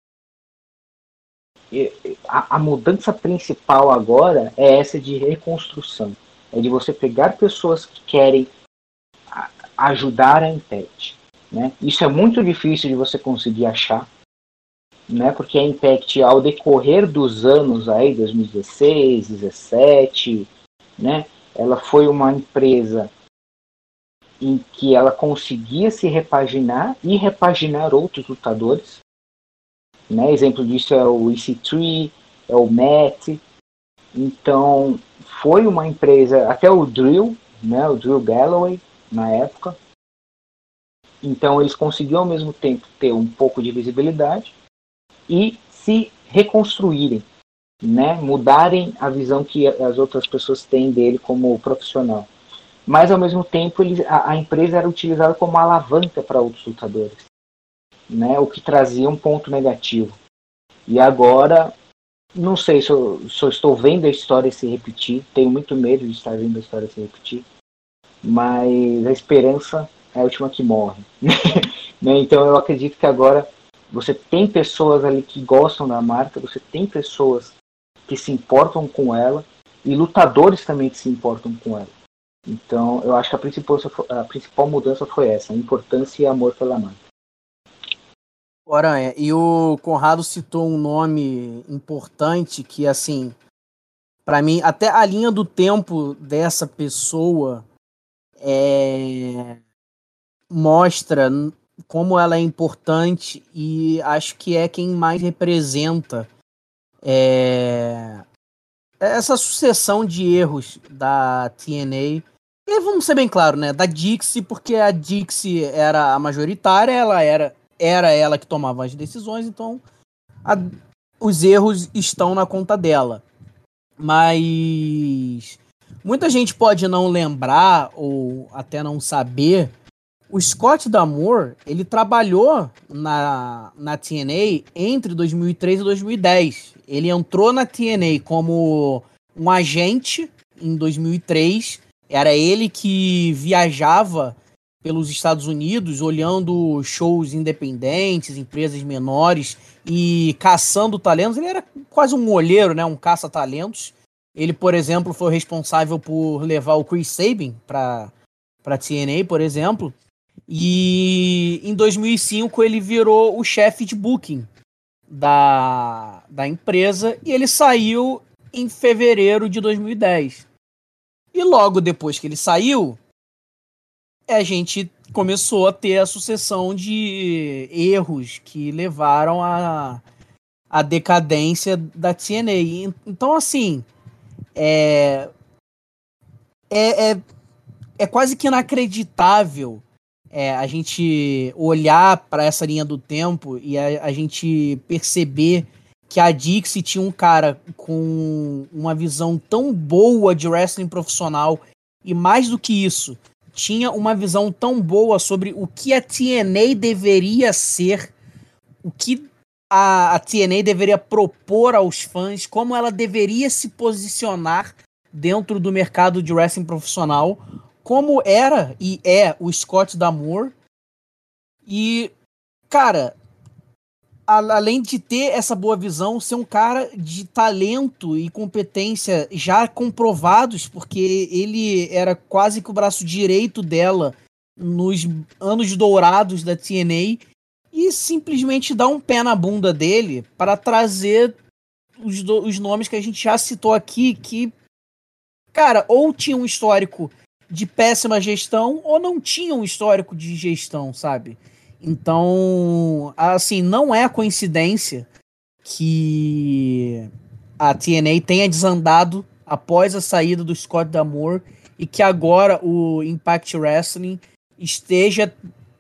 a mudança principal agora é essa de reconstrução. É de você pegar pessoas que querem ajudar a Impact. Né? Isso é muito difícil de você conseguir achar, né? Porque a Impact, ao decorrer dos anos, aí, 2016, 2017, né? Ela foi uma empresa em que ela conseguia se repaginar e repaginar outros lutadores. Né? Exemplo disso é o EC3, é o Matt. Então, foi uma empresa, até o Drill, né? O Drill Galloway, na época. Então, eles conseguiam ao mesmo tempo ter um pouco de visibilidade e se reconstruírem, né? Mudarem a visão que as outras pessoas têm dele como profissional. Mas, ao mesmo tempo, a empresa era utilizada como alavanca para outros lutadores, né? O que trazia um ponto negativo. E agora, não sei se eu estou vendo a história se repetir, tenho muito medo de estar vendo a história se repetir, mas a esperança é a última que morre. Né? Então eu acredito que agora você tem pessoas ali que gostam da marca, você tem pessoas que se importam com ela e lutadores também que se importam com ela. Então eu acho que a principal mudança foi essa, a importância e amor pela marca. Aranha, e o Conrado citou um nome importante que, assim, para mim, até a linha do tempo dessa pessoa mostra como ela é importante e acho que é quem mais representa essa sucessão de erros da TNA. E vamos ser bem claros, né? Da Dixie, porque a Dixie era a majoritária, era ela que tomava as decisões, então os erros estão na conta dela. Mas muita gente pode não lembrar ou até não saber. O Scott D'Amore, ele trabalhou na TNA entre 2003 e 2010. Ele entrou na TNA como um agente em 2003. Era ele que viajava pelos Estados Unidos, olhando shows independentes, empresas menores e caçando talentos. Ele era quase um olheiro, né? Um caça-talentos. Ele, por exemplo, foi responsável por levar o Chris Sabin para TNA, por exemplo. E em 2005 ele virou o chefe de booking da empresa e ele saiu em fevereiro de 2010. E logo depois que ele saiu, a gente começou a ter a sucessão de erros que levaram à decadência da TNA. Então, assim, é quase que inacreditável a gente olhar para essa linha do tempo e a gente perceber que a Dixie tinha um cara com uma visão tão boa de wrestling profissional e, mais do que isso, tinha uma visão tão boa sobre o que a TNA deveria ser, o que a TNA deveria propor aos fãs, como ela deveria se posicionar dentro do mercado de wrestling profissional, como era e é o Scott D'Amore. E, cara, além de ter essa boa visão, ser um cara de talento e competência já comprovados, porque ele era quase que o braço direito dela nos anos dourados da TNA, e simplesmente dar um pé na bunda dele para trazer os nomes que a gente já citou aqui, que, cara, ou tinha um histórico de péssima gestão ou não tinha um histórico de gestão, sabe? Então, assim, não é coincidência que a TNA tenha desandado após a saída do Scott D'Amore e que agora o Impact Wrestling esteja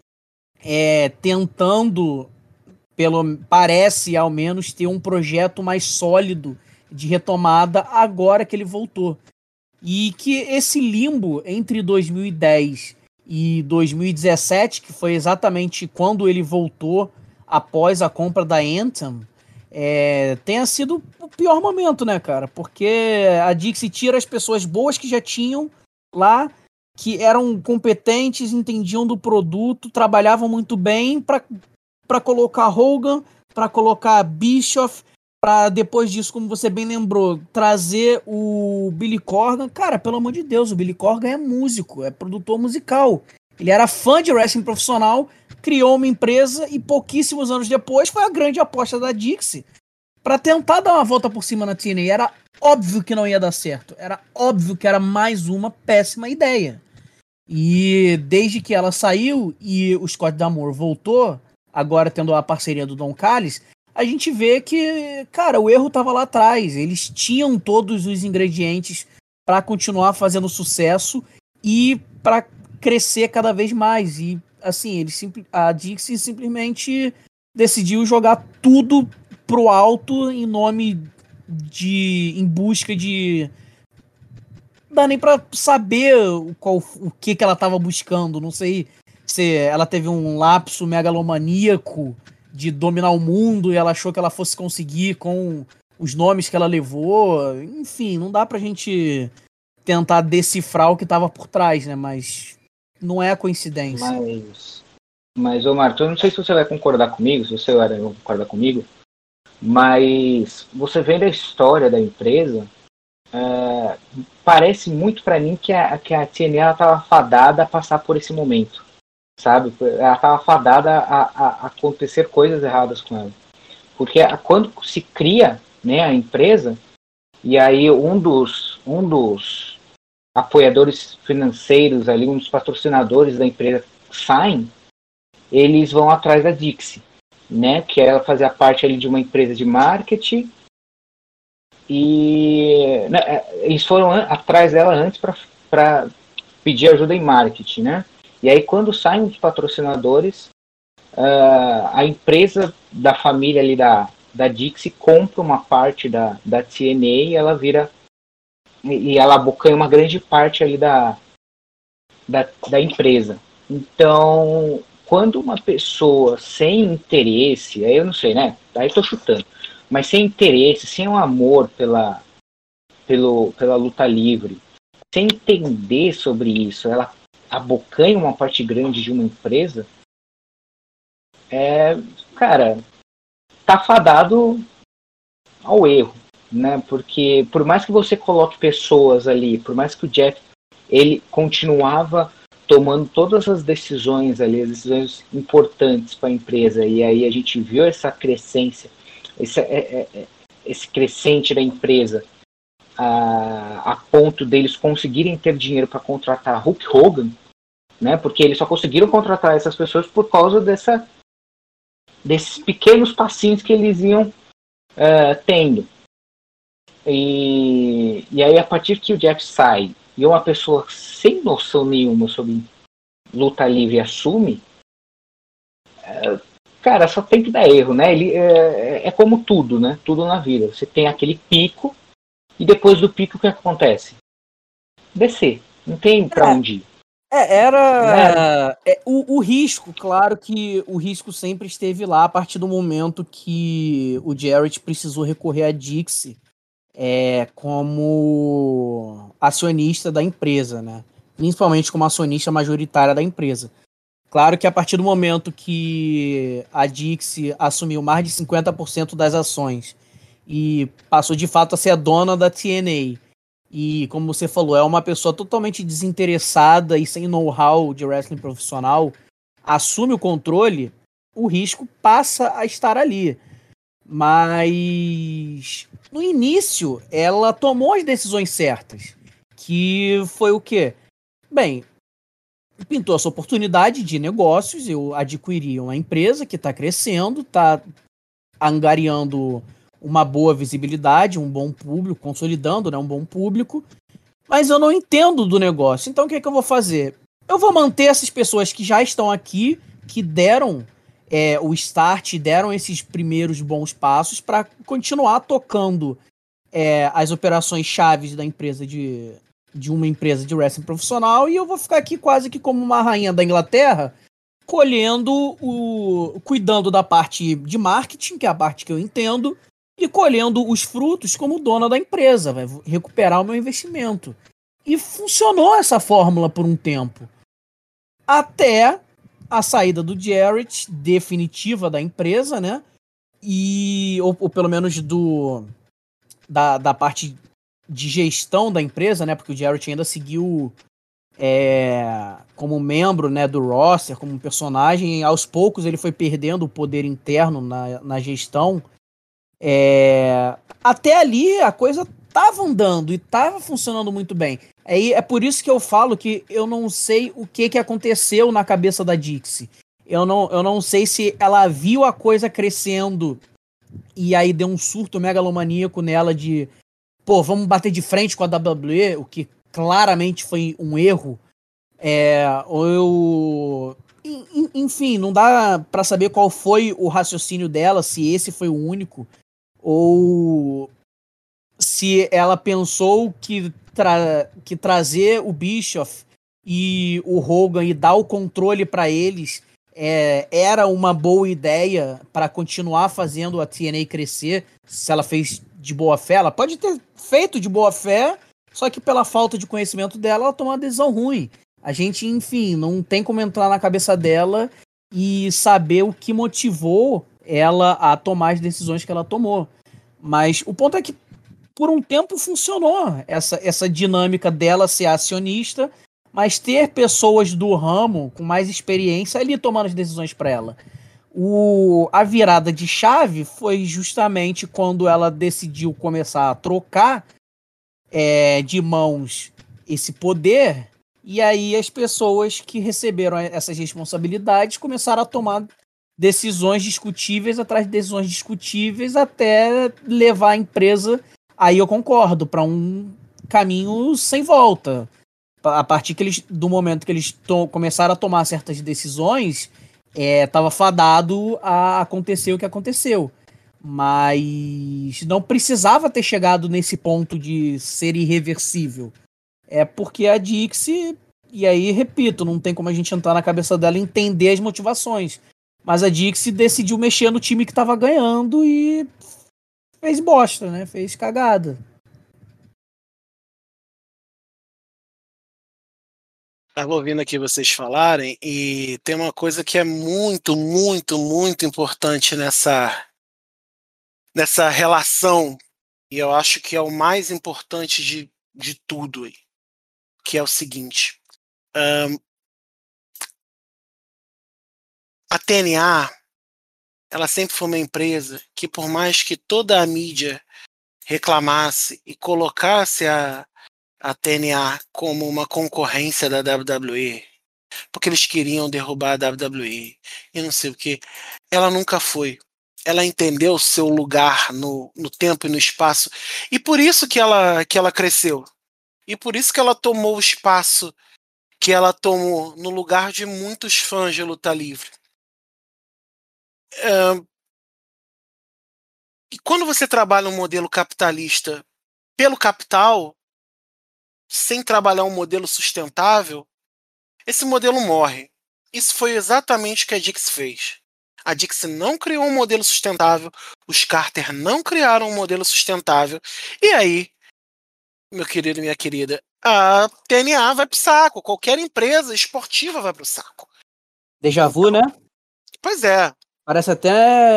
tentando, parece ao menos, ter um projeto mais sólido de retomada agora que ele voltou. E que esse limbo entre 2010 e 2017, que foi exatamente quando ele voltou após a compra da Anthem, tenha sido o pior momento, né, cara? Porque a Dixie tira as pessoas boas que já tinham lá, que eram competentes, entendiam do produto, trabalhavam muito bem para colocar Hogan, para colocar Bischoff, para depois disso, como você bem lembrou, trazer o Billy Corgan. Cara, pelo amor de Deus, o Billy Corgan é músico, é produtor musical. Ele era fã de wrestling profissional, criou uma empresa e pouquíssimos anos depois foi a grande aposta da Dixie para tentar dar uma volta por cima na TNA. Era óbvio que não ia dar certo. Era óbvio que era mais uma péssima ideia. E desde que ela saiu e o Scott D'Amore voltou, agora tendo a parceria do Don Callis, a gente vê que, cara, o erro estava lá atrás. Eles tinham todos os ingredientes para continuar fazendo sucesso e para crescer cada vez mais. E, assim, a Dixie simplesmente decidiu jogar tudo pro alto em em busca de... Não dá nem pra saber o que ela tava buscando. Não sei se ela teve um lapso megalomaníaco de dominar o mundo e ela achou que ela fosse conseguir com os nomes que ela levou. Enfim, não dá pra gente tentar decifrar o que tava por trás, né? Mas não é coincidência. Mas ô Marcos, eu não sei se você vai concordar comigo, se você vai concordar comigo, mas você vendo a história da empresa, parece muito pra mim que a TNA estava fadada a passar por esse momento, sabe? Ela estava fadada a acontecer coisas erradas com ela. Porque quando se cria, né, a empresa, e aí um dos apoiadores financeiros ali, um dos patrocinadores da empresa saem, eles vão atrás da Dixie, né, que ela fazia parte ali de uma empresa de marketing, e eles foram atrás dela antes para pedir ajuda em marketing, né? E aí quando saem os patrocinadores, a empresa da família ali da Dixie compra uma parte da TNA e ela vira, e ela abocanha uma grande parte ali da empresa. Então, quando uma pessoa sem interesse, aí eu não sei, né? Aí eu tô chutando, mas sem interesse, sem um amor pela luta livre, sem entender sobre isso, ela abocanha uma parte grande de uma empresa, cara, tá fadado ao erro, né? Porque por mais que você coloque pessoas ali, por mais que o Jeff, ele continuava tomando todas as decisões ali, as decisões importantes para a empresa, e aí a gente viu essa crescência, esse crescente da empresa, a ponto deles conseguirem ter dinheiro para contratar Hulk Hogan, né? Porque eles só conseguiram contratar essas pessoas por causa desses pequenos passinhos que eles iam tendo. E aí, a partir que o Jeff sai e uma pessoa sem noção nenhuma sobre luta livre assume, cara, só tem que dar erro, né? Ele, é como tudo, né? Tudo na vida. Você tem aquele pico e depois do pico o que acontece? Descer. Não tem pra onde ir. O risco, claro que o risco sempre esteve lá a partir do momento que o Jarrett precisou recorrer a Dixie como acionista da empresa, né? Principalmente como acionista majoritária da empresa. Claro que a partir do momento que a Dixie assumiu mais de 50% das ações e passou de fato a ser a dona da TNA, e como você falou, é uma pessoa totalmente desinteressada e sem know-how de wrestling profissional, assume o controle, o risco passa a estar ali. Mas no início ela tomou as decisões certas, que foi o quê? Bem, pintou essa oportunidade de negócios, eu adquiri uma empresa que está crescendo, está angariando uma boa visibilidade, um bom público, consolidando, né, um bom público, mas eu não entendo do negócio. Então o que é que eu vou fazer? Eu vou manter essas pessoas que já estão aqui, que deram o start, deram esses primeiros bons passos para continuar tocando as operações chaves da empresa de uma empresa de wrestling profissional, e eu vou ficar aqui quase que como uma rainha da Inglaterra, cuidando da parte de marketing, que é a parte que eu entendo, e colhendo os frutos como dona da empresa, vai recuperar o meu investimento. E funcionou essa fórmula por um tempo. Até a saída do Jarrett, definitiva da empresa, né? Ou pelo menos da parte de gestão da empresa, né? Porque o Jarrett ainda seguiu como membro, né, do roster, como um personagem. Aos poucos ele foi perdendo o poder interno na gestão. Até ali a coisa tava andando e tava funcionando muito bem. É por isso que eu falo que eu não sei o que aconteceu na cabeça da Dixie. Eu não sei se ela viu a coisa crescendo e aí deu um surto megalomaníaco nela de vamos bater de frente com a WWE, o que claramente foi um erro. Enfim, não dá pra saber qual foi o raciocínio dela, se esse foi o único, ou se ela pensou que trazer o Bischoff e o Hogan e dar o controle para eles era uma boa ideia para continuar fazendo a TNA crescer. Se ela fez de boa fé, ela pode ter feito de boa fé, só que pela falta de conhecimento dela, ela tomou uma decisão ruim. A gente, enfim, não tem como entrar na cabeça dela e saber o que motivou ela a tomar as decisões que ela tomou. Mas o ponto é que por um tempo funcionou essa dinâmica dela ser acionista, mas ter pessoas do ramo com mais experiência ali tomando as decisões para ela. A virada de chave foi justamente quando ela decidiu começar a trocar de mãos esse poder, e aí as pessoas que receberam essas responsabilidades começaram a tomar decisões discutíveis atrás de decisões discutíveis até levar a empresa, aí eu concordo, para um caminho sem volta. A partir do momento que eles começaram a tomar certas decisões, estava fadado a acontecer o que aconteceu. Mas não precisava ter chegado nesse ponto de ser irreversível. É porque a Dixie, e aí, repito, não tem como a gente entrar na cabeça dela e entender as motivações. Mas a Dixie decidiu mexer no time que tava ganhando e fez bosta, né? Fez cagada. Estava ouvindo aqui vocês falarem e tem uma coisa que é muito, muito, muito importante nessa relação, e eu acho que é o mais importante de tudo, que é o seguinte. A TNA, ela sempre foi uma empresa que, por mais que toda a mídia reclamasse e colocasse a TNA como uma concorrência da WWE, porque eles queriam derrubar a WWE e não sei o que, ela nunca foi. Ela entendeu o seu lugar no tempo e no espaço, e por isso que ela cresceu. E por isso que ela tomou o espaço que ela tomou no lugar de muitos fãs de luta livre. E quando você trabalha um modelo capitalista pelo capital, sem trabalhar um modelo sustentável, esse modelo morre. Isso foi exatamente o que a Dixie fez. A Dixie não criou um modelo sustentável, os Carter não criaram um modelo sustentável, e aí, meu querido e minha querida, a TNA vai pro saco, qualquer empresa esportiva vai pro saco. Déjà vu, né? Pois é. Parece até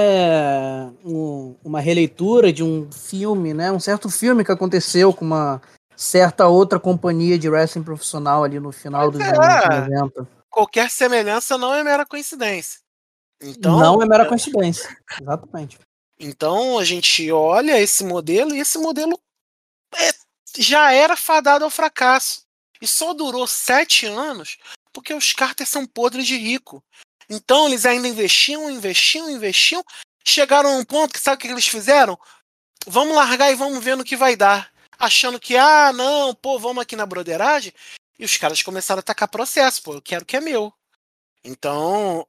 uma releitura de um filme, né? Um certo filme que aconteceu com uma certa outra companhia de wrestling profissional ali no final Pois dos anos é. 90. Qualquer semelhança não é mera coincidência. Não é mera coincidência. Exatamente. Então a gente olha esse modelo e esse modelo já era fadado ao fracasso. E só durou 7 anos porque os Carter são podres de rico. Então eles ainda investiam. Chegaram a um ponto que sabe o que eles fizeram? Vamos largar e vamos ver no que vai dar. Achando que, não, pô, vamos aqui na broderagem. E os caras começaram a tacar processo, pô, eu quero o que é meu. Então,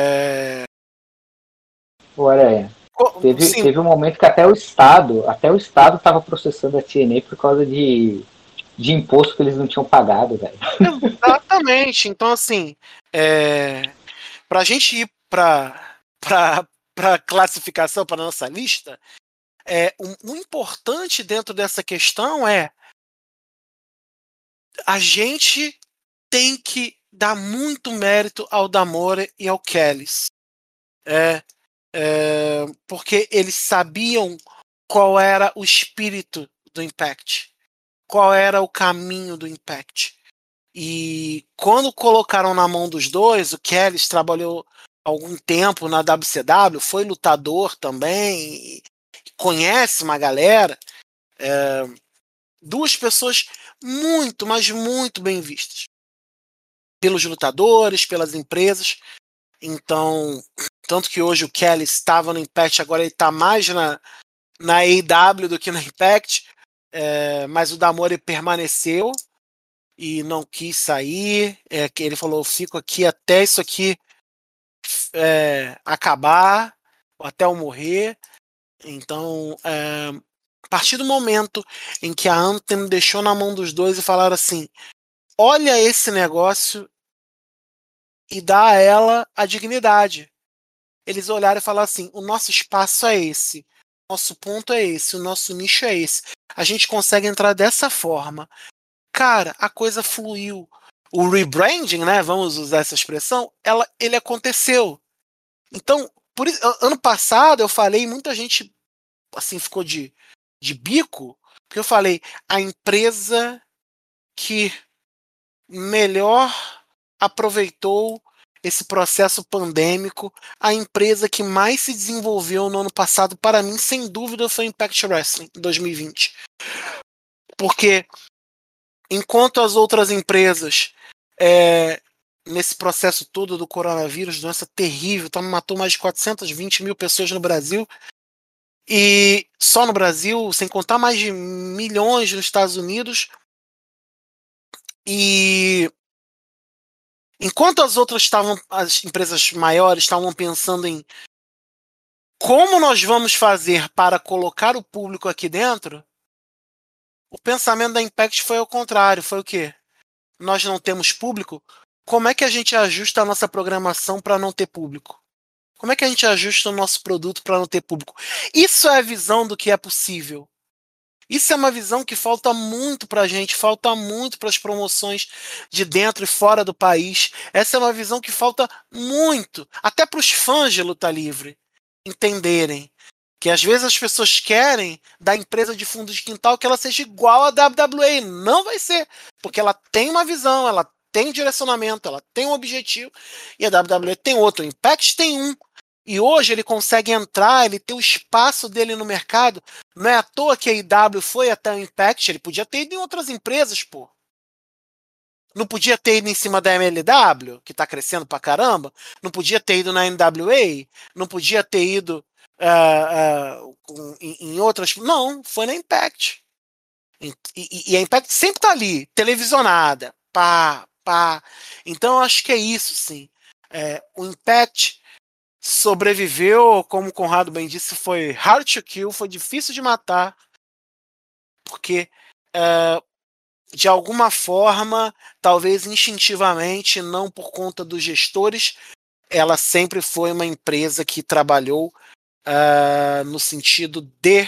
Olha, sim, teve um momento que até o Estado estava processando a TNA por causa de imposto que eles não tinham pagado, velho. exatamente. Então, assim, para a gente ir para classificação, para nossa lista, o importante dentro dessa questão é a gente tem que dar muito mérito ao D'Amore e ao Kellis. Porque eles sabiam qual era o espírito do Impact, qual era o caminho do Impact. E quando colocaram na mão dos dois, o Kellis trabalhou algum tempo na WCW, foi lutador também, conhece uma galera. Duas pessoas muito, mas muito bem vistas pelos lutadores, pelas empresas. Então, tanto que hoje o Kelly estava no Impact, agora ele está mais na AEW do que no Impact, mas o D'Amore permaneceu e não quis sair. Ele falou: fico aqui até isso aqui acabar, ou até eu morrer. Então, a partir do momento em que a Anthem deixou na mão dos dois e falaram assim: olha esse negócio e dá a ela a dignidade. Eles olharam e falaram assim: o nosso espaço é esse, nosso ponto é esse, o nosso nicho é esse. A gente consegue entrar dessa forma. Cara, a coisa fluiu. O rebranding, né? Vamos usar essa expressão, ele aconteceu. Então, por isso, ano passado eu falei, muita gente assim ficou de bico, porque eu falei, a empresa que melhor aproveitou esse processo pandêmico, a empresa que mais se desenvolveu no ano passado, para mim, sem dúvida, foi Impact Wrestling, em 2020. Porque, enquanto as outras empresas, nesse processo todo do coronavírus, doença terrível, matou mais de 420 mil pessoas no Brasil, e só no Brasil, sem contar mais de milhões nos Estados Unidos, e enquanto as empresas maiores estavam pensando em como nós vamos fazer para colocar o público aqui dentro, o pensamento da Impact foi ao contrário. Foi o quê? Nós não temos público? Como é que a gente ajusta a nossa programação para não ter público? Como é que a gente ajusta o nosso produto para não ter público? Isso é a visão do que é possível. Isso é uma visão que falta muito para a gente, falta muito para as promoções de dentro e fora do país. Essa é uma visão que falta muito, até para os fãs de luta livre entenderem que às vezes as pessoas querem da empresa de fundo de quintal que ela seja igual à WWE. Não vai ser, porque ela tem uma visão, ela tem um direcionamento, ela tem um objetivo, e a WWE tem outro. O Impact tem um. E hoje ele consegue entrar, ele tem o espaço dele no mercado. Não é à toa que a IW foi até o Impact, ele podia ter ido em outras empresas, pô. Não podia ter ido em cima da MLW, que tá crescendo pra caramba. Não podia ter ido na NWA. Não podia ter ido em outras. Não, foi na Impact. E a Impact sempre tá ali, televisionada. Pá. Então eu acho que é isso, sim. O Impact sobreviveu, como o Conrado bem disse, foi hard to kill, foi difícil de matar, porque de alguma forma, talvez instintivamente, não por conta dos gestores, ela sempre foi uma empresa que trabalhou no sentido de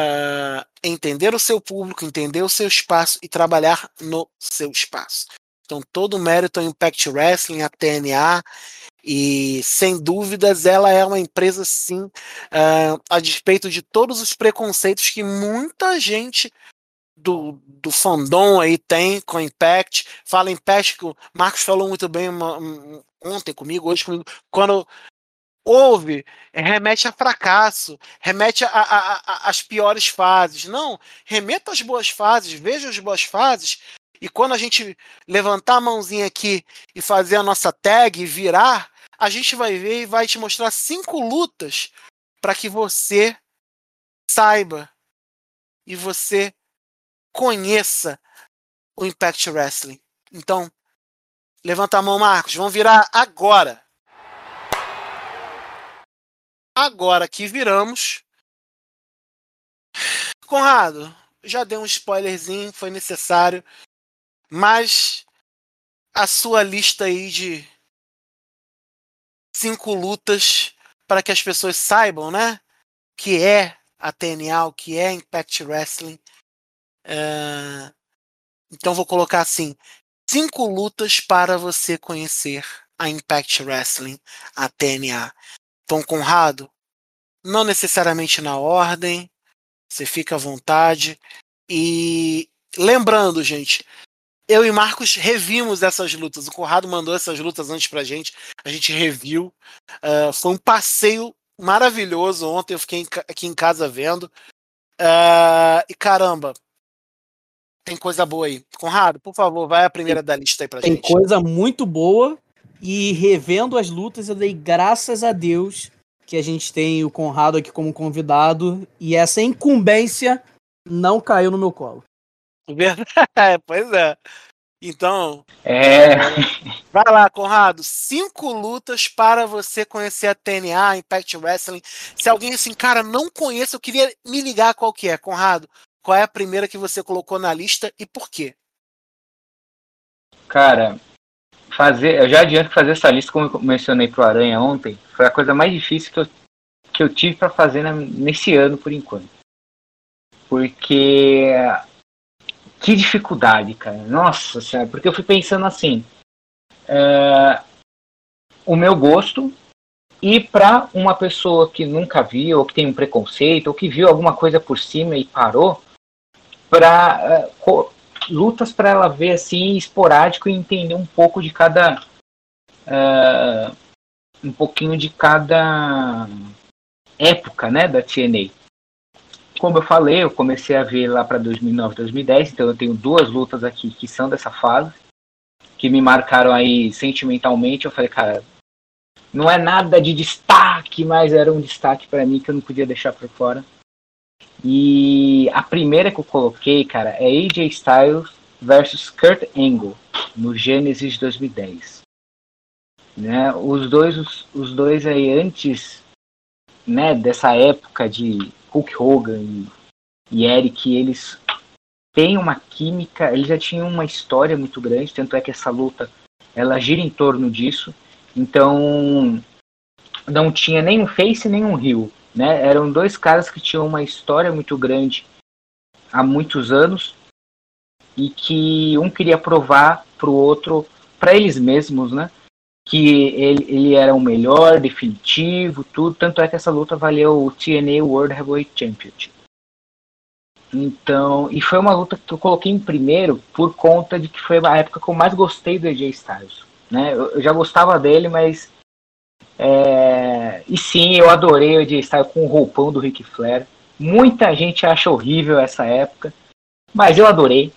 entender o seu público, entender o seu espaço e trabalhar no seu espaço. Então, todo o mérito ao Impact Wrestling, a TNA, e sem dúvidas ela é uma empresa, sim, a despeito de todos os preconceitos que muita gente do fandom aí tem com Impact. Fala Impact, que o Marcos falou muito bem ontem comigo, hoje comigo, quando houve, remete a fracasso, remete às piores fases. Não, remeta às boas fases, veja as boas fases, e quando a gente levantar a mãozinha aqui e fazer a nossa tag e virar, a gente vai ver e vai te mostrar 5 lutas para que você saiba e você conheça o Impact Wrestling. Então, levanta a mão, Marcos, vamos virar agora. Agora que viramos, Conrado, já dei um spoilerzinho, foi necessário, mas a sua lista aí de 5 lutas para que as pessoas saibam, né, que é a TNA, o que é Impact Wrestling. Então vou colocar assim, 5 lutas para você conhecer a Impact Wrestling, a TNA. Então, Conrado, não necessariamente na ordem, você fica à vontade. E lembrando, gente, eu e Marcos revimos essas lutas. O Conrado mandou essas lutas antes pra gente, a gente reviu. Foi um passeio maravilhoso ontem, eu fiquei aqui em casa vendo. E caramba, tem coisa boa aí. Conrado, por favor, vai a primeira da lista aí pra gente. Tem coisa muito boa, e revendo as lutas eu dei graças a Deus que a gente tem o Conrado aqui como convidado, e essa incumbência não caiu no meu colo. Pois é. Então, É. Vai lá, Conrado. 5 lutas para você conhecer a TNA, Impact Wrestling. Se alguém assim, cara, não conhece, eu queria me ligar qual que é. Conrado, qual é a primeira que você colocou na lista e por quê? Cara, eu já adianto que fazer essa lista, como eu mencionei pro Aranha ontem, foi a coisa mais difícil que eu tive para fazer nesse ano, por enquanto. Porque que dificuldade, cara. Nossa senhora, porque eu fui pensando assim, o meu gosto, e para uma pessoa que nunca viu, ou que tem um preconceito, ou que viu alguma coisa por cima e parou, para lutas para ela ver assim esporádico e entender um pouco de cada um pouquinho de cada época, né, da TNA. Como eu falei, eu comecei a ver lá para 2009, 2010, então eu tenho 2 lutas aqui que são dessa fase, que me marcaram aí sentimentalmente. Eu falei, cara, não é nada de destaque, mas era um destaque para mim que eu não podia deixar por fora. E a primeira que eu coloquei, cara, é AJ Styles versus Kurt Angle, no Genesis de 2010. Né? Os dois aí antes, né, dessa época de Hulk Hogan e Eric, eles têm uma química, eles já tinham uma história muito grande, tanto é que essa luta ela gira em torno disso. Então não tinha nem um face nem um heel, né? Eram 2 caras que tinham uma história muito grande há muitos anos e que um queria provar pro outro, para eles mesmos, né, que ele era o melhor, definitivo, tudo. Tanto é que essa luta valeu o TNA World Heavyweight Championship. Então, e foi uma luta que eu coloquei em primeiro por conta de que foi a época que eu mais gostei do AJ Styles, né? Eu já gostava dele, mas e sim, eu adorei o AJ Styles com o roupão do Ric Flair. Muita gente acha horrível essa época, mas eu adorei.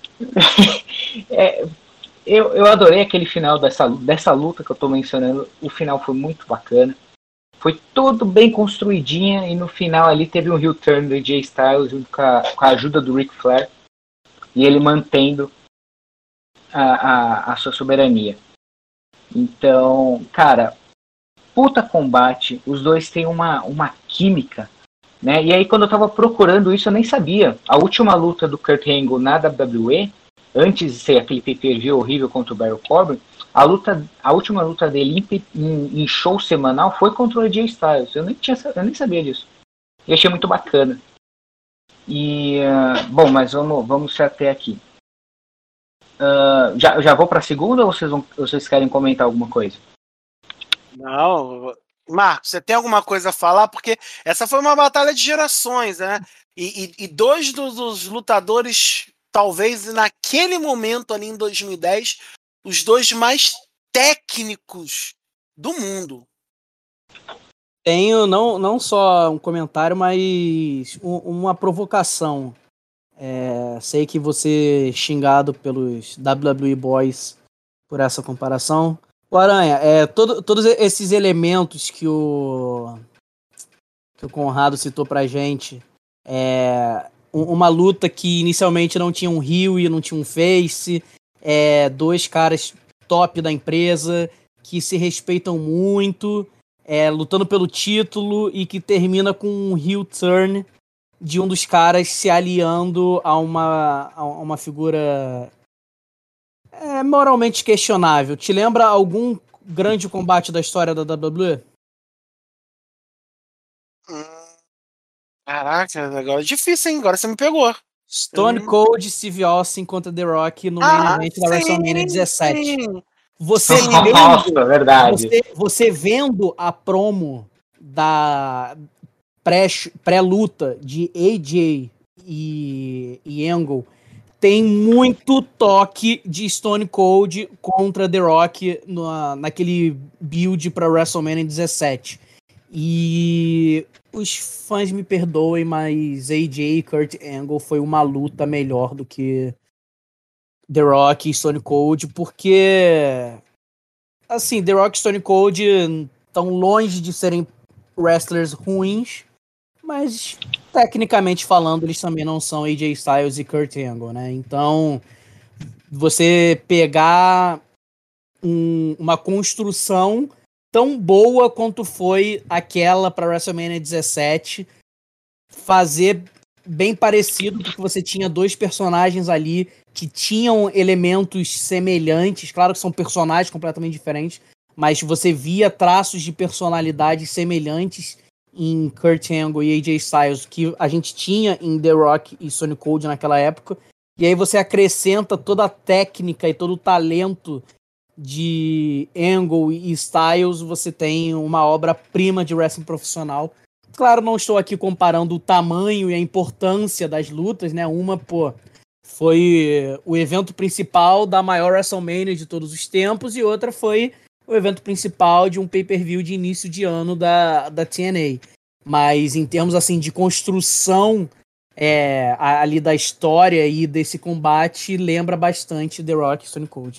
Eu adorei aquele final dessa luta que eu tô mencionando. O final foi muito bacana. Foi tudo bem construidinha, e no final ali teve um heel turn do AJ Styles junto com a ajuda do Ric Flair, e ele mantendo a sua soberania. Então, cara, puta combate. Os dois têm uma química, né? E aí quando eu tava procurando isso, eu nem sabia. A última luta do Kurt Angle na WWE, antes de ser aquele pay-per-view horrível contra o Baron Corbin, a última luta dele em show semanal foi contra o AJ Styles. Eu nem sabia disso. E achei muito bacana. E bom, mas vamos se até aqui. Já vou para a segunda ou vocês querem comentar alguma coisa? Não, Marcos, você tem alguma coisa a falar? Porque essa foi uma batalha de gerações, né? E dois dos lutadores, talvez naquele momento ali em 2010, os dois mais técnicos do mundo. Tenho não só um comentário, mas uma provocação. Sei que você xingado pelos WWE Boys por essa comparação. O Aranha, todos esses elementos que o Conrado citou pra gente, uma luta que inicialmente não tinha um heel e não tinha um face, dois caras top da empresa que se respeitam muito, lutando pelo título e que termina com um heel turn de um dos caras se aliando a uma figura moralmente questionável. Te lembra algum grande combate da história da WWE? Caraca, agora é difícil, hein? Agora você me pegou. Stone Cold Steve Austin contra The Rock no main event da WrestleMania 17. Sim. Você Nossa, verdade. Você vendo a promo da pré-luta de AJ e Angle, tem muito toque de Stone Cold contra The Rock naquele build para WrestleMania 17. E os fãs me perdoem, mas AJ e Kurt Angle foi uma luta melhor do que The Rock e Stone Cold, porque assim, The Rock e Stone Cold estão longe de serem wrestlers ruins, mas tecnicamente falando, eles também não são AJ Styles e Kurt Angle, né? Então, você pegar uma construção tão boa quanto foi aquela para WrestleMania 17, fazer bem parecido, porque você tinha dois personagens ali que tinham elementos semelhantes, claro que são personagens completamente diferentes, mas você via traços de personalidade semelhantes em Kurt Angle e AJ Styles que a gente tinha em The Rock e Stone Cold naquela época, e aí você acrescenta toda a técnica e todo o talento de Angle e Styles, você tem uma obra-prima de wrestling profissional. Claro, não estou aqui comparando o tamanho e a importância das lutas, né? Uma, foi o evento principal da maior WrestleMania de todos os tempos, e outra foi o evento principal de um pay-per-view de início de ano da TNA. Mas em termos assim de construção ali da história e desse combate, lembra bastante The Rock e Stone Cold.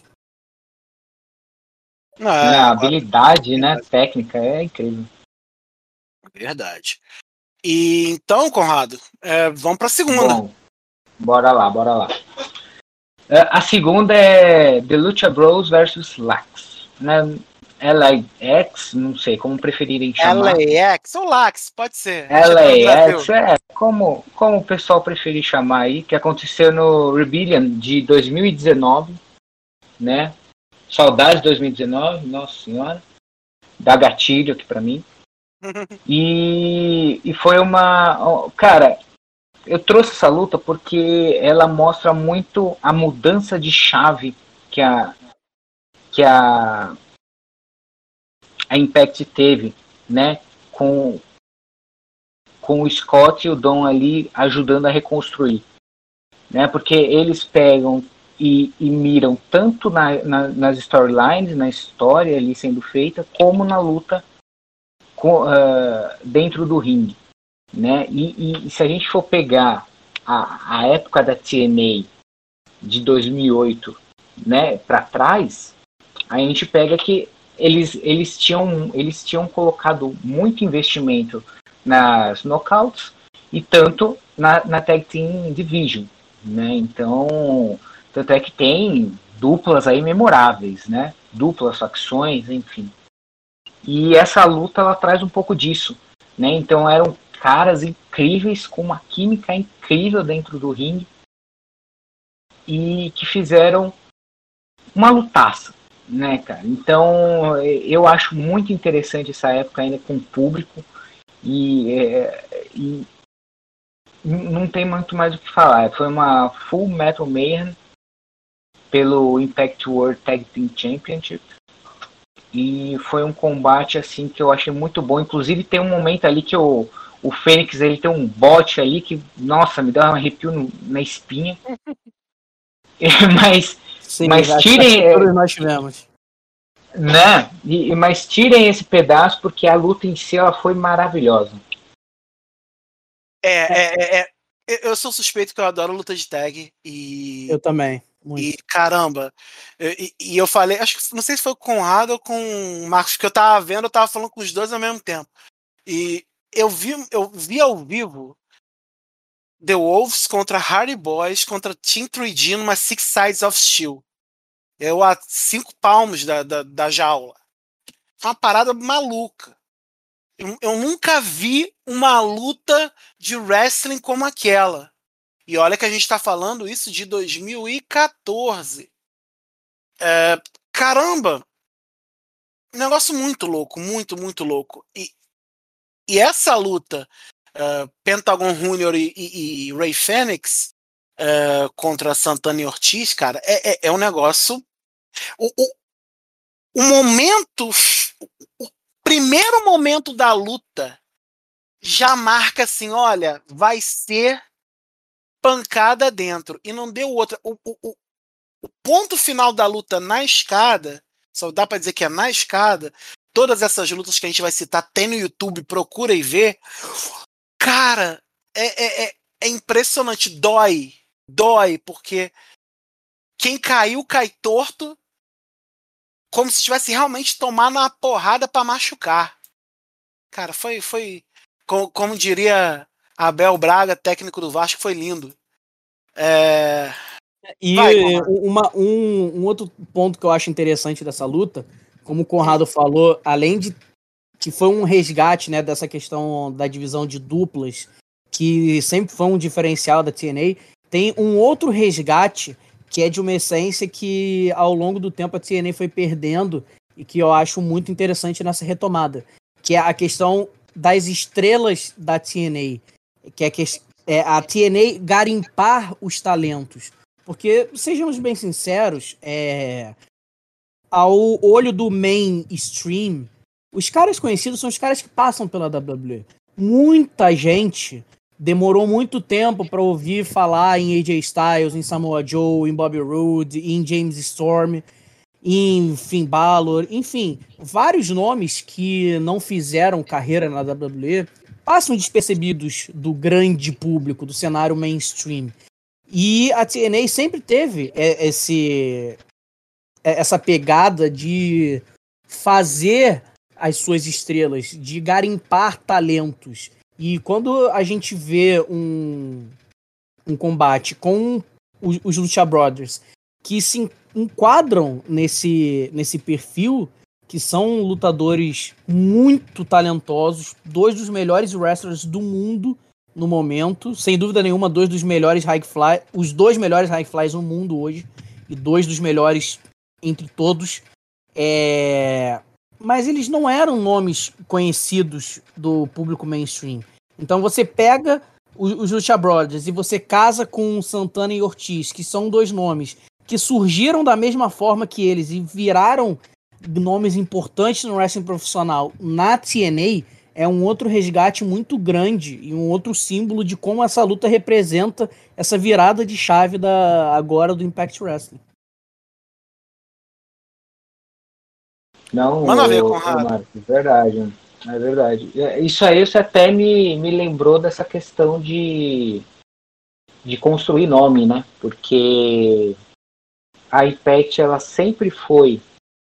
A habilidade, né, técnica é incrível. Verdade. E então, Conrado, vamos para a segunda. Bom, bora lá. A segunda é The Lucha Bros versus Lax, né? LAX, não sei como preferirem chamar. LAX ou Lax, pode ser. LAX, como o pessoal preferir chamar aí, que aconteceu no Rebellion de 2019, né? Saudade de 2019, nossa senhora. Dá gatilho aqui pra mim. E foi uma... Cara, eu trouxe essa luta porque ela mostra muito a mudança de chave que a Impact teve, né? Com o Scott e o Dom ali ajudando a reconstruir, né? Porque eles pegam e miram tanto nas storylines, na história ali sendo feita, como na luta dentro do ringue, né? E se a gente for pegar a época da TNA de 2008, né, para trás, a gente pega que eles tinham colocado muito investimento nas knockouts e tanto na Tag Team Division, né? Então, tanto é que tem duplas aí memoráveis, né? Duplas facções, enfim. E essa luta ela traz um pouco disso, né? Então eram caras incríveis com uma química incrível dentro do ringue e que fizeram uma lutaça, né, cara? Então eu acho muito interessante essa época ainda com o público e não tem muito mais o que falar. Foi uma Full Metal Mayhem pelo Impact World Tag Team Championship. E foi um combate assim que eu achei muito bom. Inclusive tem um momento ali que o Fênix, ele tem um bote ali que, nossa, me dá um arrepio na espinha. Sim, mas tirem, todos nós tivemos. né? Mas tirem esse pedaço porque a luta em si ela foi maravilhosa. Eu sou suspeito que eu adoro luta de tag e Eu também. Muito. E caramba, eu falei, acho que não sei se foi com o Conrado ou com o Marcos, que eu tava vendo, eu tava falando com os dois ao mesmo tempo. E eu vi ao vivo The Wolves contra Hardy Boys contra Team 3D numa Six Sides of Steel. Eu a 5 palmos da jaula. Foi uma parada maluca. Eu nunca vi uma luta de wrestling como aquela. E olha que a gente está falando isso de 2014. Caramba! Negócio muito louco, muito, muito louco. E essa luta, Pentagon Junior e Ray Fênix contra Santana e Ortiz, cara, é um negócio... O momento... O primeiro momento da luta já marca assim, olha, vai ser pancada dentro, e não deu outra. O ponto final da luta na escada, só dá pra dizer que é na escada. Todas essas lutas que a gente vai citar tem no YouTube, procura e vê. Cara, é impressionante, dói, porque quem caiu, cai torto, como se tivesse realmente tomado uma porrada pra machucar. Cara, foi como diria Abel Braga, técnico do Vasco, foi lindo. E um outro ponto que eu acho interessante dessa luta, como o Conrado falou, além de que foi um resgate, né, dessa questão da divisão de duplas, que sempre foi um diferencial da TNA, tem um outro resgate que é de uma essência que ao longo do tempo a TNA foi perdendo e que eu acho muito interessante nessa retomada, que é a questão das estrelas da TNA, que é a TNA garimpar os talentos. Porque, sejamos bem sinceros, ao olho do mainstream, os caras conhecidos são os caras que passam pela WWE. Muita gente demorou muito tempo para ouvir falar em AJ Styles, em Samoa Joe, em Bobby Roode, em James Storm, em Finn Balor, enfim, vários nomes que não fizeram carreira na WWE passam despercebidos do grande público, do cenário mainstream. E a TNA sempre teve essa pegada de fazer as suas estrelas, de garimpar talentos. E quando a gente vê um combate com os Lucha Brothers que se enquadram nesse perfil, que são lutadores muito talentosos, 2 dos melhores wrestlers do mundo no momento, sem dúvida nenhuma, 2 dos melhores high fly, os 2 melhores high flies no mundo hoje, e 2 dos melhores entre todos. Mas eles não eram nomes conhecidos do público mainstream. Então você pega os Lucha Brothers e você casa com Santana e Ortiz, que são 2 nomes que surgiram da mesma forma que eles e viraram nomes importantes no wrestling profissional na TNA, é um outro resgate muito grande e um outro símbolo de como essa luta representa essa virada de chave agora do Impact Wrestling. Não, Manda ver, Conrado. Marcos, verdade, é verdade. Isso aí você até me lembrou dessa questão de construir nome, né? Porque a Impact, ela sempre foi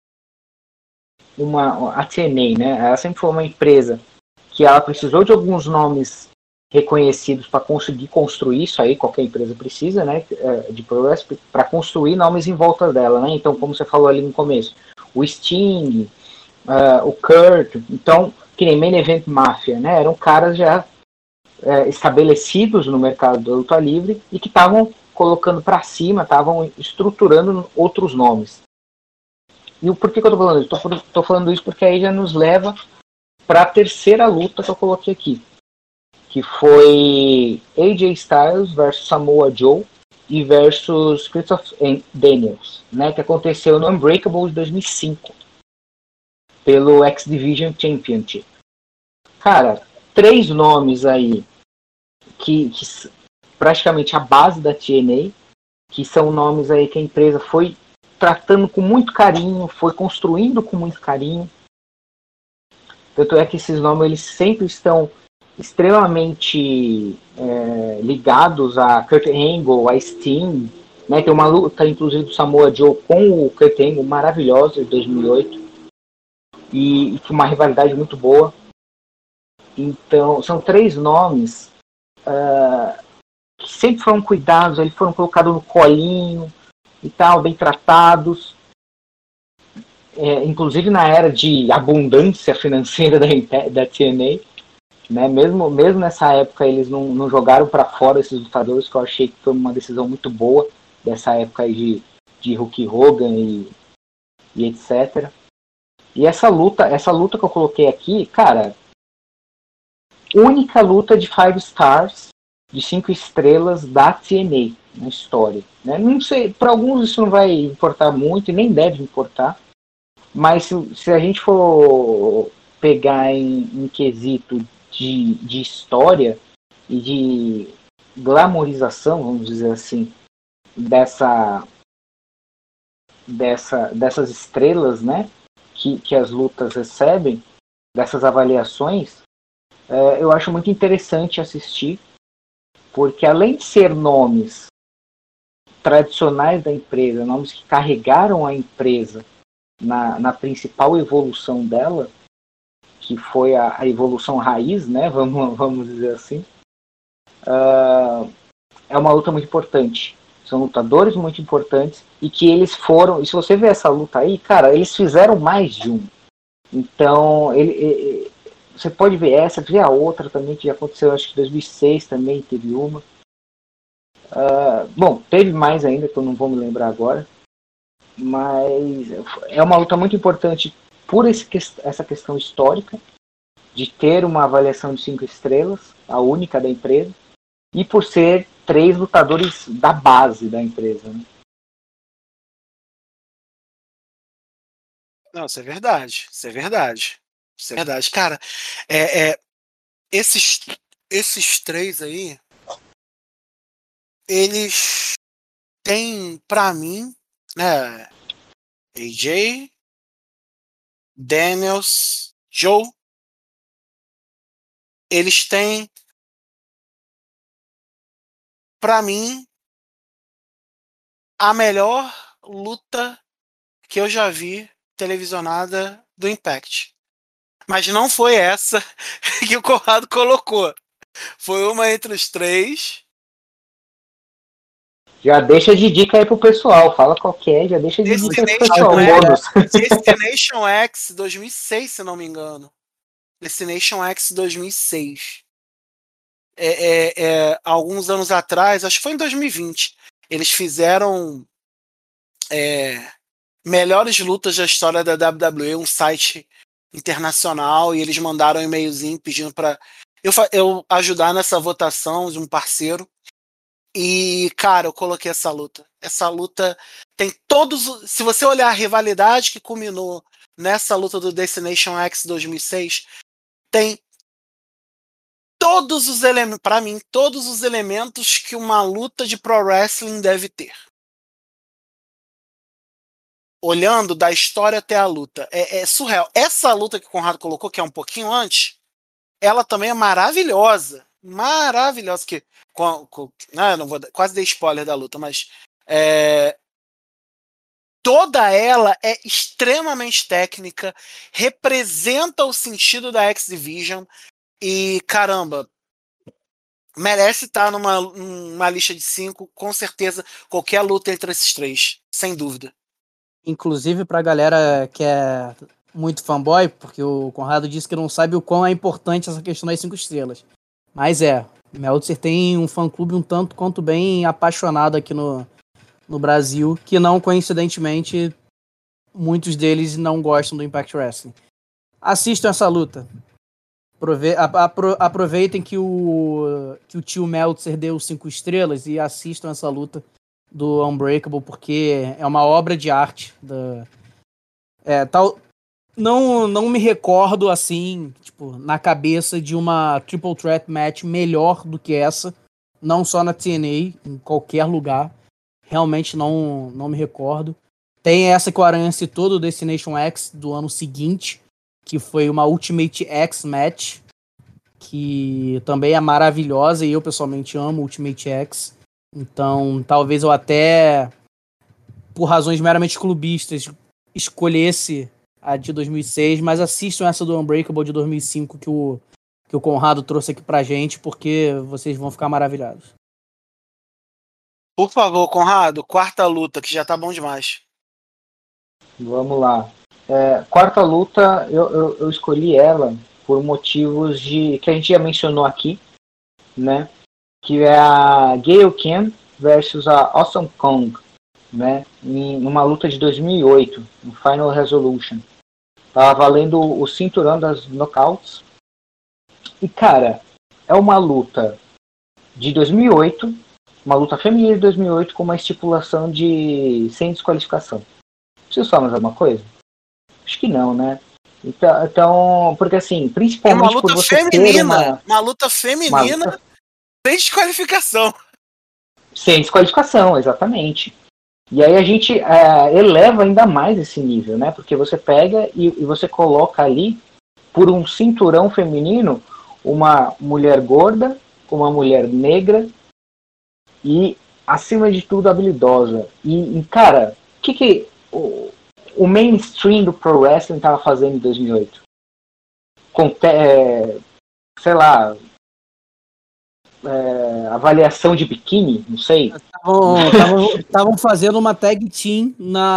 a TNA, né? Ela sempre foi uma empresa que ela precisou de alguns nomes reconhecidos para conseguir construir isso aí, qualquer empresa precisa, né, de pro wrestling, para construir nomes em volta dela, né? Então, como você falou ali no começo, o Sting, o Kurt, então, que nem Main Event Mafia, né? Eram caras já estabelecidos no mercado da luta livre e que estavam colocando para cima, estavam estruturando outros nomes. E por que eu tô falando isso? Tô falando isso porque aí já nos leva para a terceira luta que eu coloquei aqui, que foi AJ Styles versus Samoa Joe e versus Christopher Daniels, né, que aconteceu no Unbreakable de 2005 pelo X Division Championship. Cara, 3 nomes aí que praticamente a base da TNA, que são nomes aí que a empresa foi tratando com muito carinho, foi construindo com muito carinho. Tanto é que esses nomes eles sempre estão extremamente ligados a Kurt Angle, a Sting, né? Tem uma luta, inclusive, do Samoa Joe com o Kurt Angle maravilhosa de 2008 e uma rivalidade muito boa. Então, são 3 nomes que sempre foram cuidados, eles foram colocados no colinho e tal, bem tratados. Inclusive na era de abundância financeira da TNA, né? Mesmo nessa época eles não jogaram para fora esses lutadores, que eu achei que foi uma decisão muito boa dessa época aí de Hulk Hogan e etc. E essa luta que eu coloquei aqui, cara, única luta de 5 stars, de 5 estrelas da TNA na história, né? Não sei, para alguns isso não vai importar muito e nem deve importar. Mas se a gente for pegar em quesito de história e de glamorização, vamos dizer assim, dessas estrelas, né, que as lutas recebem, dessas avaliações, eu acho muito interessante assistir, porque além de ser nomes tradicionais da empresa, nomes que carregaram a empresa na principal evolução dela, que foi a evolução raiz, né? Vamos dizer assim. É uma luta muito importante. São lutadores muito importantes e que eles foram. E se você ver essa luta aí, cara, eles fizeram mais de um. Então, você pode ver essa, ver a outra também, que já aconteceu, acho que em 2006 também teve uma. Bom, teve mais ainda, que eu não vou me lembrar agora. Mas é uma luta muito importante por essa questão histórica de ter uma avaliação de 5 estrelas, a única da empresa, e por ser 3 lutadores da base da empresa, né? Não, isso é verdade. Isso é verdade. Isso é verdade. Cara, esses 3 aí, eles têm, pra mim, né, AJ, Daniels, Joe, eles têm, pra mim, a melhor luta que eu já vi televisionada do Impact. Mas não foi essa que o Conrado colocou. Foi uma entre os 3. Já deixa de dica aí pro pessoal. Fala qual que é, já deixa de dica aí pro pessoal. Destination X 2006, se não me engano. Destination X 2006. Alguns anos atrás, acho que foi em 2020, eles fizeram melhores lutas da história da WWE, um site internacional, e eles mandaram um e-mailzinho pedindo para eu ajudar nessa votação de um parceiro. E, cara, eu coloquei essa luta. Essa luta tem todos. Se você olhar a rivalidade que culminou nessa luta do Destination X 2006, tem todos os elementos, para mim, todos os elementos que uma luta de pro wrestling deve ter. Olhando da história até a luta, é surreal. Essa luta que o Conrado colocou, que é um pouquinho antes, ela também é maravilhosa. Maravilhosa. Que, não vou, quase dei spoiler da luta, mas toda ela é extremamente técnica, representa o sentido da X-Division e, caramba, merece estar numa lista de 5, com certeza, qualquer luta entre esses 3, sem dúvida. Inclusive pra galera que é muito fanboy, porque o Conrado disse que não sabe o quão é importante essa questão das 5 estrelas. Mas Meltzer tem um fã-clube um tanto quanto bem apaixonado aqui no Brasil, que não coincidentemente muitos deles não gostam do Impact Wrestling. Assistam essa luta. Aproveitem que o tio Meltzer deu 5 estrelas e assistam essa luta do Unbreakable, porque é uma obra de arte. Não me recordo, assim, tipo, na cabeça de uma Triple Threat Match melhor do que essa. Não só na TNA, em qualquer lugar. Realmente não me recordo. Tem essa que o Aranha citou, do Destination X, do ano seguinte, que foi uma Ultimate X Match, que também é maravilhosa, e eu pessoalmente amo Ultimate X. Então, talvez eu até, por razões meramente clubistas, escolhesse a de 2006, mas assistam essa do Unbreakable de 2005 que o Conrado trouxe aqui pra gente, porque vocês vão ficar maravilhados. Por favor, Conrado, quarta luta, que já tá bom demais. Vamos lá. Quarta luta, eu escolhi ela por motivos que a gente já mencionou aqui, né? Que é a Gail Kim versus a Awesome Kong, né? Em uma luta de 2008, no Final Resolution. Tava valendo o cinturão das knockouts. E, cara, é uma luta de 2008, uma luta feminina de 2008 com uma estipulação de sem desqualificação. Preciso falar mais alguma coisa? Acho que não, né? Então, porque assim, principalmente uma luta por você feminina, uma luta feminina sem desqualificação. Sem desqualificação, exatamente. E aí a gente eleva ainda mais esse nível, né? Porque você pega e você coloca ali, por um cinturão feminino, uma mulher gorda, uma mulher negra e, acima de tudo, habilidosa. E cara, o que o mainstream do Pro Wrestling estava fazendo em 2008? Sei lá, avaliação de biquíni, não sei. Estavam fazendo uma tag team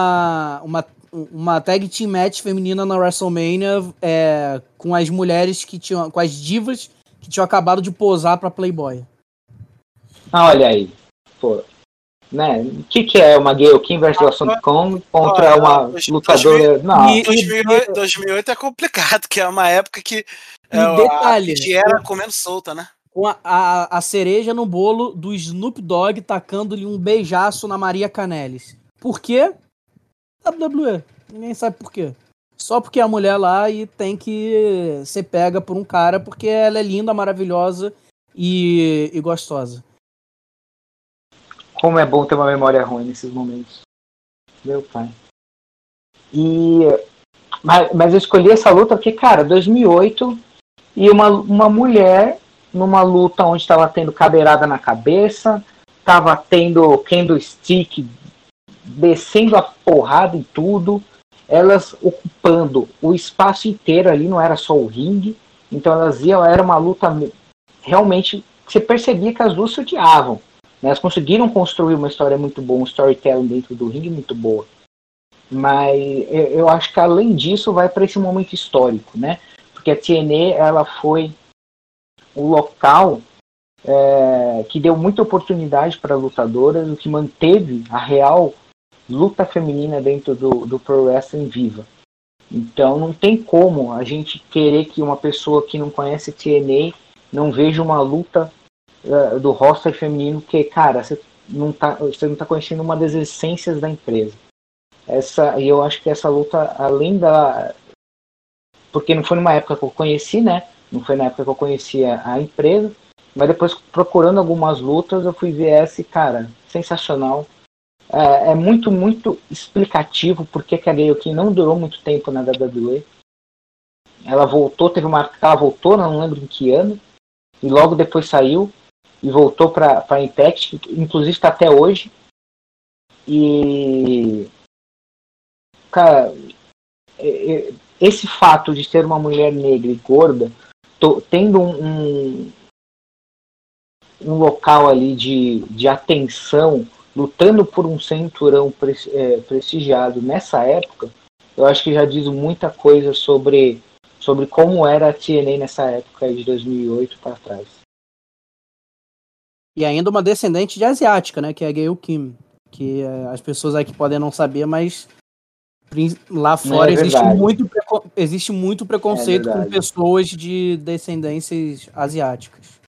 uma tag team match feminina na WrestleMania com as mulheres com as divas que tinham acabado de posar pra Playboy. Olha aí, pô. Né? O que é uma Gail Kim versus Awesome Kong contra uma lutadora? 2008 é complicado, que é uma época que detalhe, a era comendo solta, né? Com a cereja no bolo do Snoop Dogg tacando-lhe um beijaço na Maria Kanellis. Por quê? WWE. Ninguém sabe por quê. Só porque a mulher lá e tem que ser pega por um cara porque ela é linda, maravilhosa e gostosa. Como é bom ter uma memória ruim nesses momentos. Meu pai. Mas eu escolhi essa luta porque, cara, 2008 e uma mulher numa luta onde estava tendo cadeirada na cabeça, estava tendo candlestick descendo a porrada em tudo, elas ocupando o espaço inteiro ali, não era só o ringue, então era uma luta realmente, você percebia que as duas se odiavam. Elas conseguiram construir uma história muito boa, um storytelling dentro do ringue muito boa. Mas eu acho que além disso vai para esse momento histórico, né? Porque a TNA ela foi o local que deu muita oportunidade para lutadoras, o que manteve a real luta feminina dentro do Pro Wrestling viva. Então não tem como a gente querer que uma pessoa que não conhece TNA não veja uma luta do roster feminino, que, cara, você não tá conhecendo uma das essências da empresa. E eu acho que essa luta, além da... Porque não foi numa época que eu conheci, né? Não foi na época que eu conhecia a empresa, mas depois, procurando algumas lutas, eu fui ver essa e, cara, sensacional. É muito, muito explicativo porque a Gail Kim não durou muito tempo na WWE. Ela voltou, teve uma época que ela voltou, não lembro em que ano, e logo depois saiu e voltou para Impact, que inclusive está até hoje. E, cara, esse fato de ser uma mulher negra e gorda, tendo um local ali de atenção, lutando por um cinturão prestigiado nessa época, eu acho que já diz muita coisa sobre como era a TNA nessa época de 2008 para trás. E ainda uma descendente de asiática, né? Que é a Gail Kim. Que as pessoas aqui podem não saber, mas lá fora existe existe muito preconceito com verdade. pessoas de descendências asiáticas.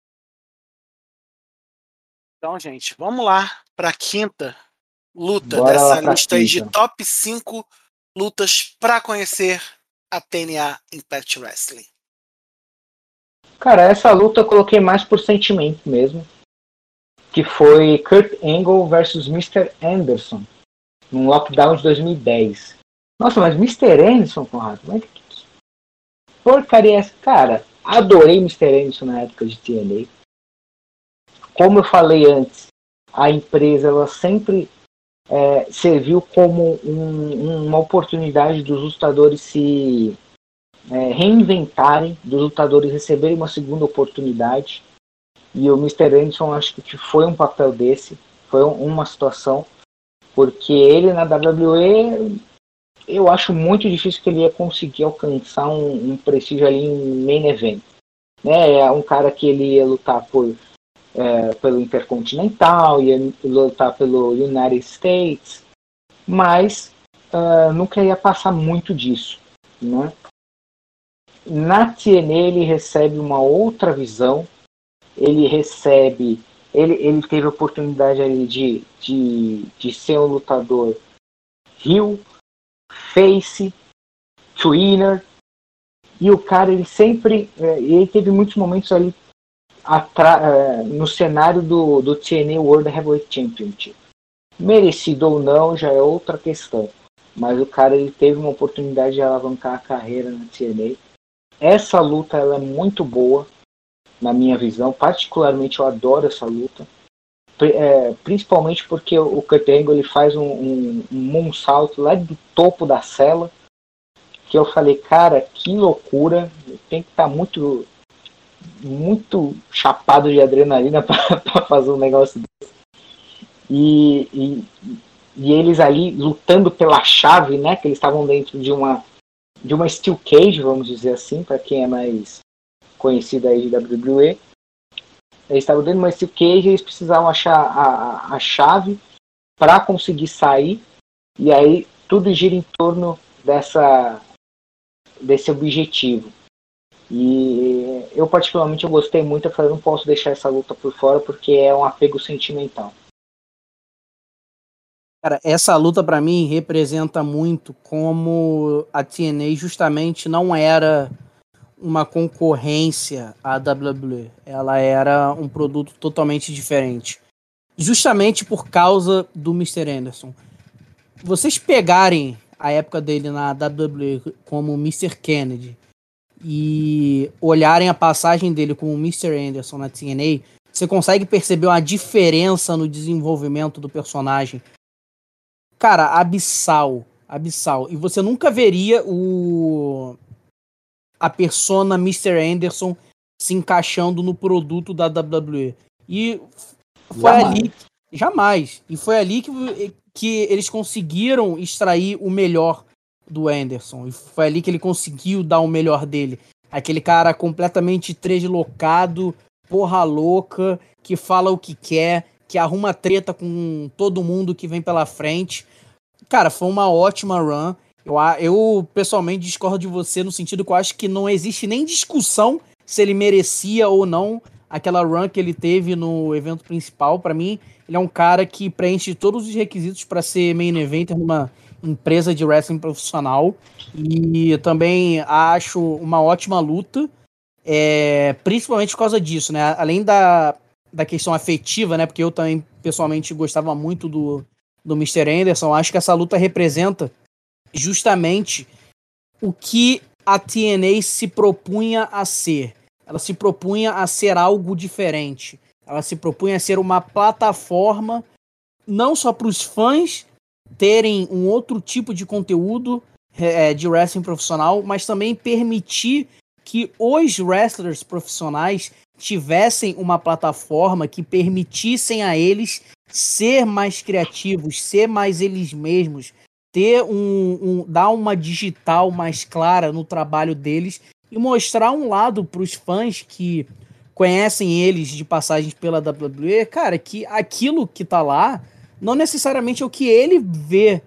Então, gente, vamos lá para a quinta luta Bora lá dessa pra lista aí de quinta. top 5 lutas para conhecer a TNA Impact Wrestling. Cara, essa luta eu coloquei mais por sentimento mesmo. Que foi Kurt Angle versus Mr. Anderson. Num lockdown de 2010. Nossa, mas Mr. Anderson, Conrado, mas que porcaria é essa? Cara, adorei Mr. Anderson na época de TNA. Como eu falei antes, a empresa ela sempre serviu como uma oportunidade dos lutadores se reinventarem, dos lutadores receberem uma segunda oportunidade. E o Mr. Anderson acho que foi um papel desse, foi uma situação, porque ele na WWE eu acho muito difícil que ele ia conseguir alcançar um prestígio ali em main event. Né? É um cara que ele ia lutar pelo Intercontinental, ia lutar pelo United States, mas nunca ia passar muito disso. Né? Na TNA ele recebe uma outra visão, ele teve a oportunidade ali de ser um lutador heel, face, twinner, e o cara ele sempre ele teve muitos momentos ali no cenário do TNA World Heavyweight Championship. Merecido ou não já é outra questão, mas o cara ele teve uma oportunidade de alavancar a carreira na TNA. Essa luta ela é muito boa na minha visão, particularmente eu adoro essa luta, principalmente porque o Kurt Angle ele faz um moonsault lá do topo da cela, que eu falei, cara, que loucura, tem que estar muito chapado de adrenalina para fazer um negócio desse. E eles ali lutando pela chave, né, que eles estavam dentro de uma steel cage, vamos dizer assim, para quem é mais conhecido aí de WWE. Eles estavam dentro de uma steel cage e eles precisavam achar a chave para conseguir sair, e aí tudo gira em torno desse objetivo. E eu particularmente eu gostei muito, eu falei, não posso deixar essa luta por fora porque é um apego sentimental. Cara, essa luta pra mim representa muito como a TNA justamente não era uma concorrência à WWE. Ela era um produto totalmente diferente. Justamente por causa do Mr. Anderson. Vocês pegarem a época dele na WWE como Mr. Kennedy e olharem a passagem dele como Mr. Anderson na TNA, você consegue perceber uma diferença no desenvolvimento do personagem. Cara, abissal. E você nunca veria a persona Mr. Anderson se encaixando no produto da WWE. E foi ali... Jamais. E foi ali que eles conseguiram extrair o melhor do Anderson. E foi ali que ele conseguiu dar o melhor dele. Aquele cara completamente deslocado, porra louca, que fala o que quer, que arruma treta com todo mundo que vem pela frente. Cara, foi uma ótima run. Eu pessoalmente discordo de você no sentido que eu acho que não existe nem discussão se ele merecia ou não aquela run que ele teve no evento principal. Pra mim, ele é um cara que preenche todos os requisitos para ser main eventer numa empresa de wrestling profissional. E também acho uma ótima luta, principalmente por causa disso, né? Além da questão afetiva, né? Porque eu também pessoalmente gostava muito do Mr. Anderson. Acho que essa luta representa justamente o que a TNA se propunha a ser. Ela se propunha a ser algo diferente. Ela se propunha a ser uma plataforma não só para os fãs terem um outro tipo de conteúdo de wrestling profissional, mas também permitir que os wrestlers profissionais tivessem uma plataforma que permitissem a eles ser mais criativos, ser mais eles mesmos, ter dar uma digital mais clara no trabalho deles e mostrar um lado para os fãs que conhecem eles de passagens pela WWE, cara, que aquilo que tá lá não necessariamente é o que ele vê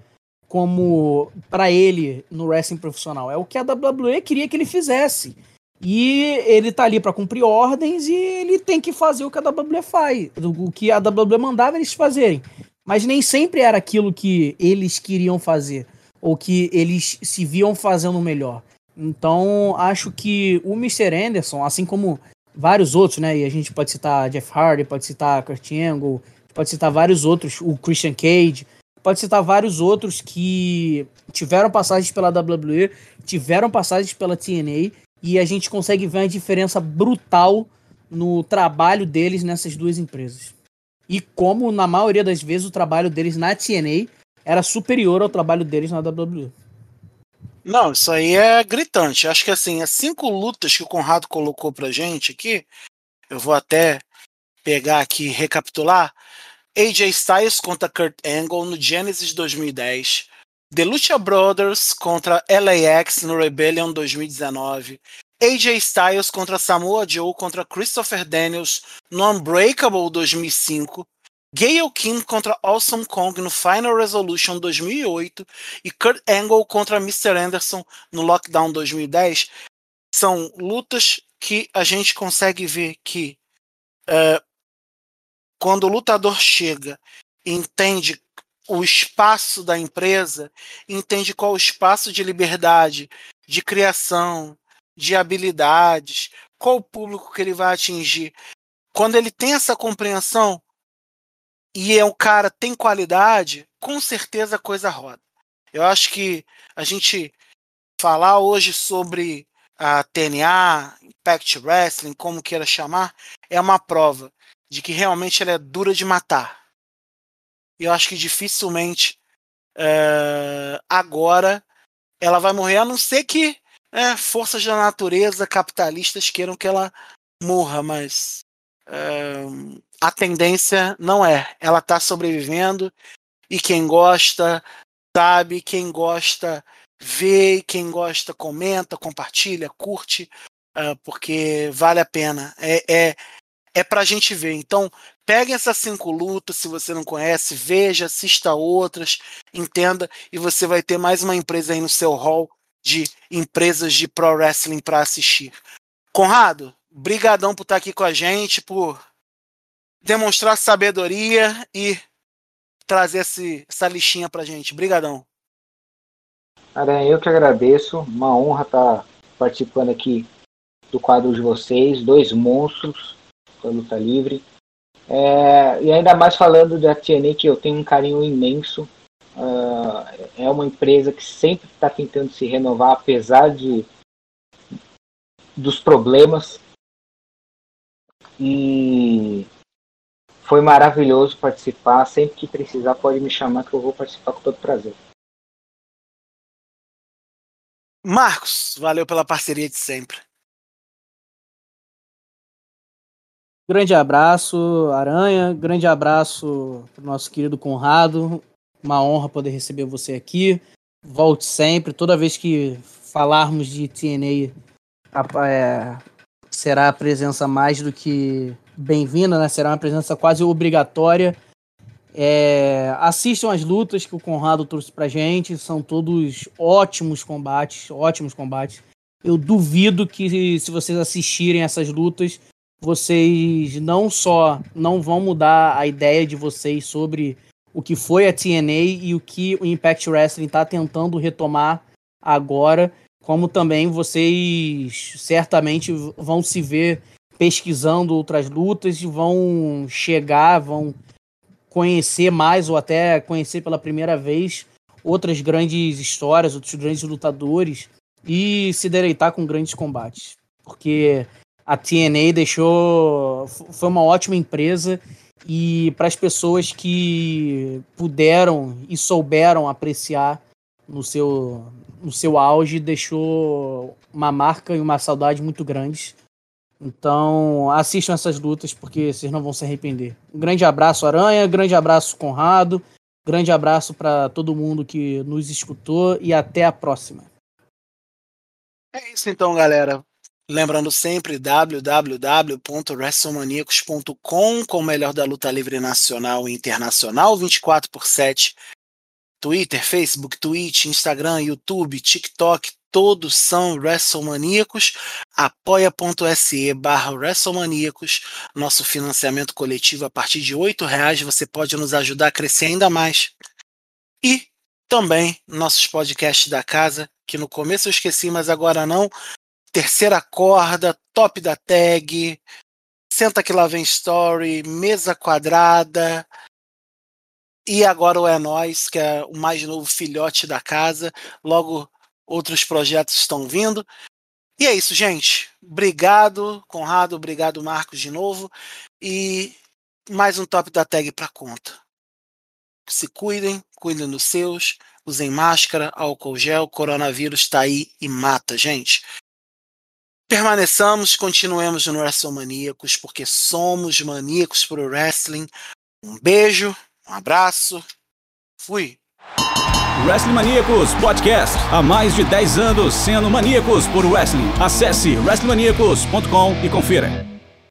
como para ele no wrestling profissional. É o que a WWE queria que ele fizesse. E ele tá ali para cumprir ordens e ele tem que fazer o que a WWE faz. O que a WWE mandava eles fazerem. Mas nem sempre era aquilo que eles queriam fazer. Ou que eles se viam fazendo melhor. Então, acho que o Mr. Anderson, assim como vários outros, né? E a gente pode citar Jeff Hardy, pode citar Kurt Angle, pode citar vários outros, o Christian Cage, pode citar vários outros que tiveram passagens pela WWE, tiveram passagens pela TNA, e a gente consegue ver uma diferença brutal no trabalho deles nessas duas empresas. E como, na maioria das vezes, o trabalho deles na TNA era superior ao trabalho deles na WWE. Não, isso aí é gritante. Acho que assim, as 5 lutas que o Conrado colocou pra gente aqui, eu vou até pegar aqui e recapitular. AJ Styles contra Kurt Angle no Genesis 2010. The Lucha Brothers contra LAX no Rebellion 2019. AJ Styles contra Samoa Joe contra Christopher Daniels no Unbreakable 2005. Gail Kim contra Awesome Kong no Final Resolution 2008 e Kurt Angle contra Mr. Anderson no Lockdown 2010 são lutas que a gente consegue ver que quando o lutador chega e entende o espaço da empresa, entende qual o espaço de liberdade, de criação, de habilidades, qual o público que ele vai atingir. Quando ele tem essa compreensão e é um cara tem qualidade, com certeza a coisa roda. Eu acho que a gente falar hoje sobre a TNA, Impact Wrestling, como queira chamar, é uma prova de que realmente ela é dura de matar. E eu acho que dificilmente agora ela vai morrer, a não ser que forças da natureza capitalistas queiram que ela morra, mas a tendência não é. Ela está sobrevivendo e quem gosta sabe, quem gosta vê, quem gosta comenta, compartilha, curte, porque vale a pena. É pra gente ver. Então, pegue essas 5 lutas, se você não conhece, veja, assista outras, entenda, e você vai ter mais uma empresa aí no seu hall de empresas de pro wrestling para assistir. Conrado, brigadão por estar aqui com a gente, por demonstrar sabedoria e trazer essa listinha pra gente. Brigadão. Aranha, eu que agradeço. Uma honra estar participando aqui do quadro de vocês, 2 monstros da luta livre. E ainda mais falando da TNA, que eu tenho um carinho imenso. É uma empresa que sempre está tentando se renovar, apesar dos problemas. E foi maravilhoso participar. Sempre que precisar, pode me chamar que eu vou participar com todo prazer. Marcos, valeu pela parceria de sempre. Grande abraço, Aranha. Grande abraço pro nosso querido Conrado. Uma honra poder receber você aqui. Volte sempre. Toda vez que falarmos de TNA, será a presença mais do que bem-vinda, né? Será uma presença quase obrigatória. Assistam as lutas que o Conrado trouxe pra gente. São todos ótimos combates. Eu duvido que, se vocês assistirem essas lutas, vocês não só não vão mudar a ideia de vocês sobre o que foi a TNA e o que o Impact Wrestling está tentando retomar agora, como também vocês certamente vão se ver pesquisando outras lutas e vão conhecer mais ou até conhecer pela primeira vez outras grandes histórias, outros grandes lutadores e se deleitar com grandes combates. Porque a TNA foi uma ótima empresa e para as pessoas que puderam e souberam apreciar no seu auge, deixou uma marca e uma saudade muito grandes. Então, assistam essas lutas porque vocês não vão se arrepender. Um grande abraço, Aranha, grande abraço, Conrado, grande abraço para todo mundo que nos escutou e até a próxima. É isso então, galera. Lembrando sempre www.wrestlemaniacos.com, com o melhor da luta livre nacional e internacional, 24/7, Twitter, Facebook, Twitch, Instagram, YouTube, TikTok, todos são WrestleManiacos. apoia.se/WrestleManiacos. Nosso financiamento coletivo a partir de R$8 você pode nos ajudar a crescer ainda mais. E também nossos podcasts da casa, que no começo eu esqueci, mas agora não. Terceira Corda, Top da Tag, Senta Que Lá Vem Story, Mesa Quadrada. E agora o É Nóis, que é o mais novo filhote da casa. Logo, outros projetos estão vindo. E é isso, gente. Obrigado, Conrado. Obrigado, Marcos, de novo. E mais um Top da Tag para conta. Se cuidem dos seus. Usem máscara, álcool gel. Coronavírus está aí e mata, gente. Permaneçamos, continuemos no WrestleManiacos, porque somos maníacos pro wrestling. Um beijo. Um abraço. Fui. Wrestling Maníacos Podcast. Há mais de 10 anos sendo maníacos por wrestling. Acesse wrestlingmaníacos.com e confira.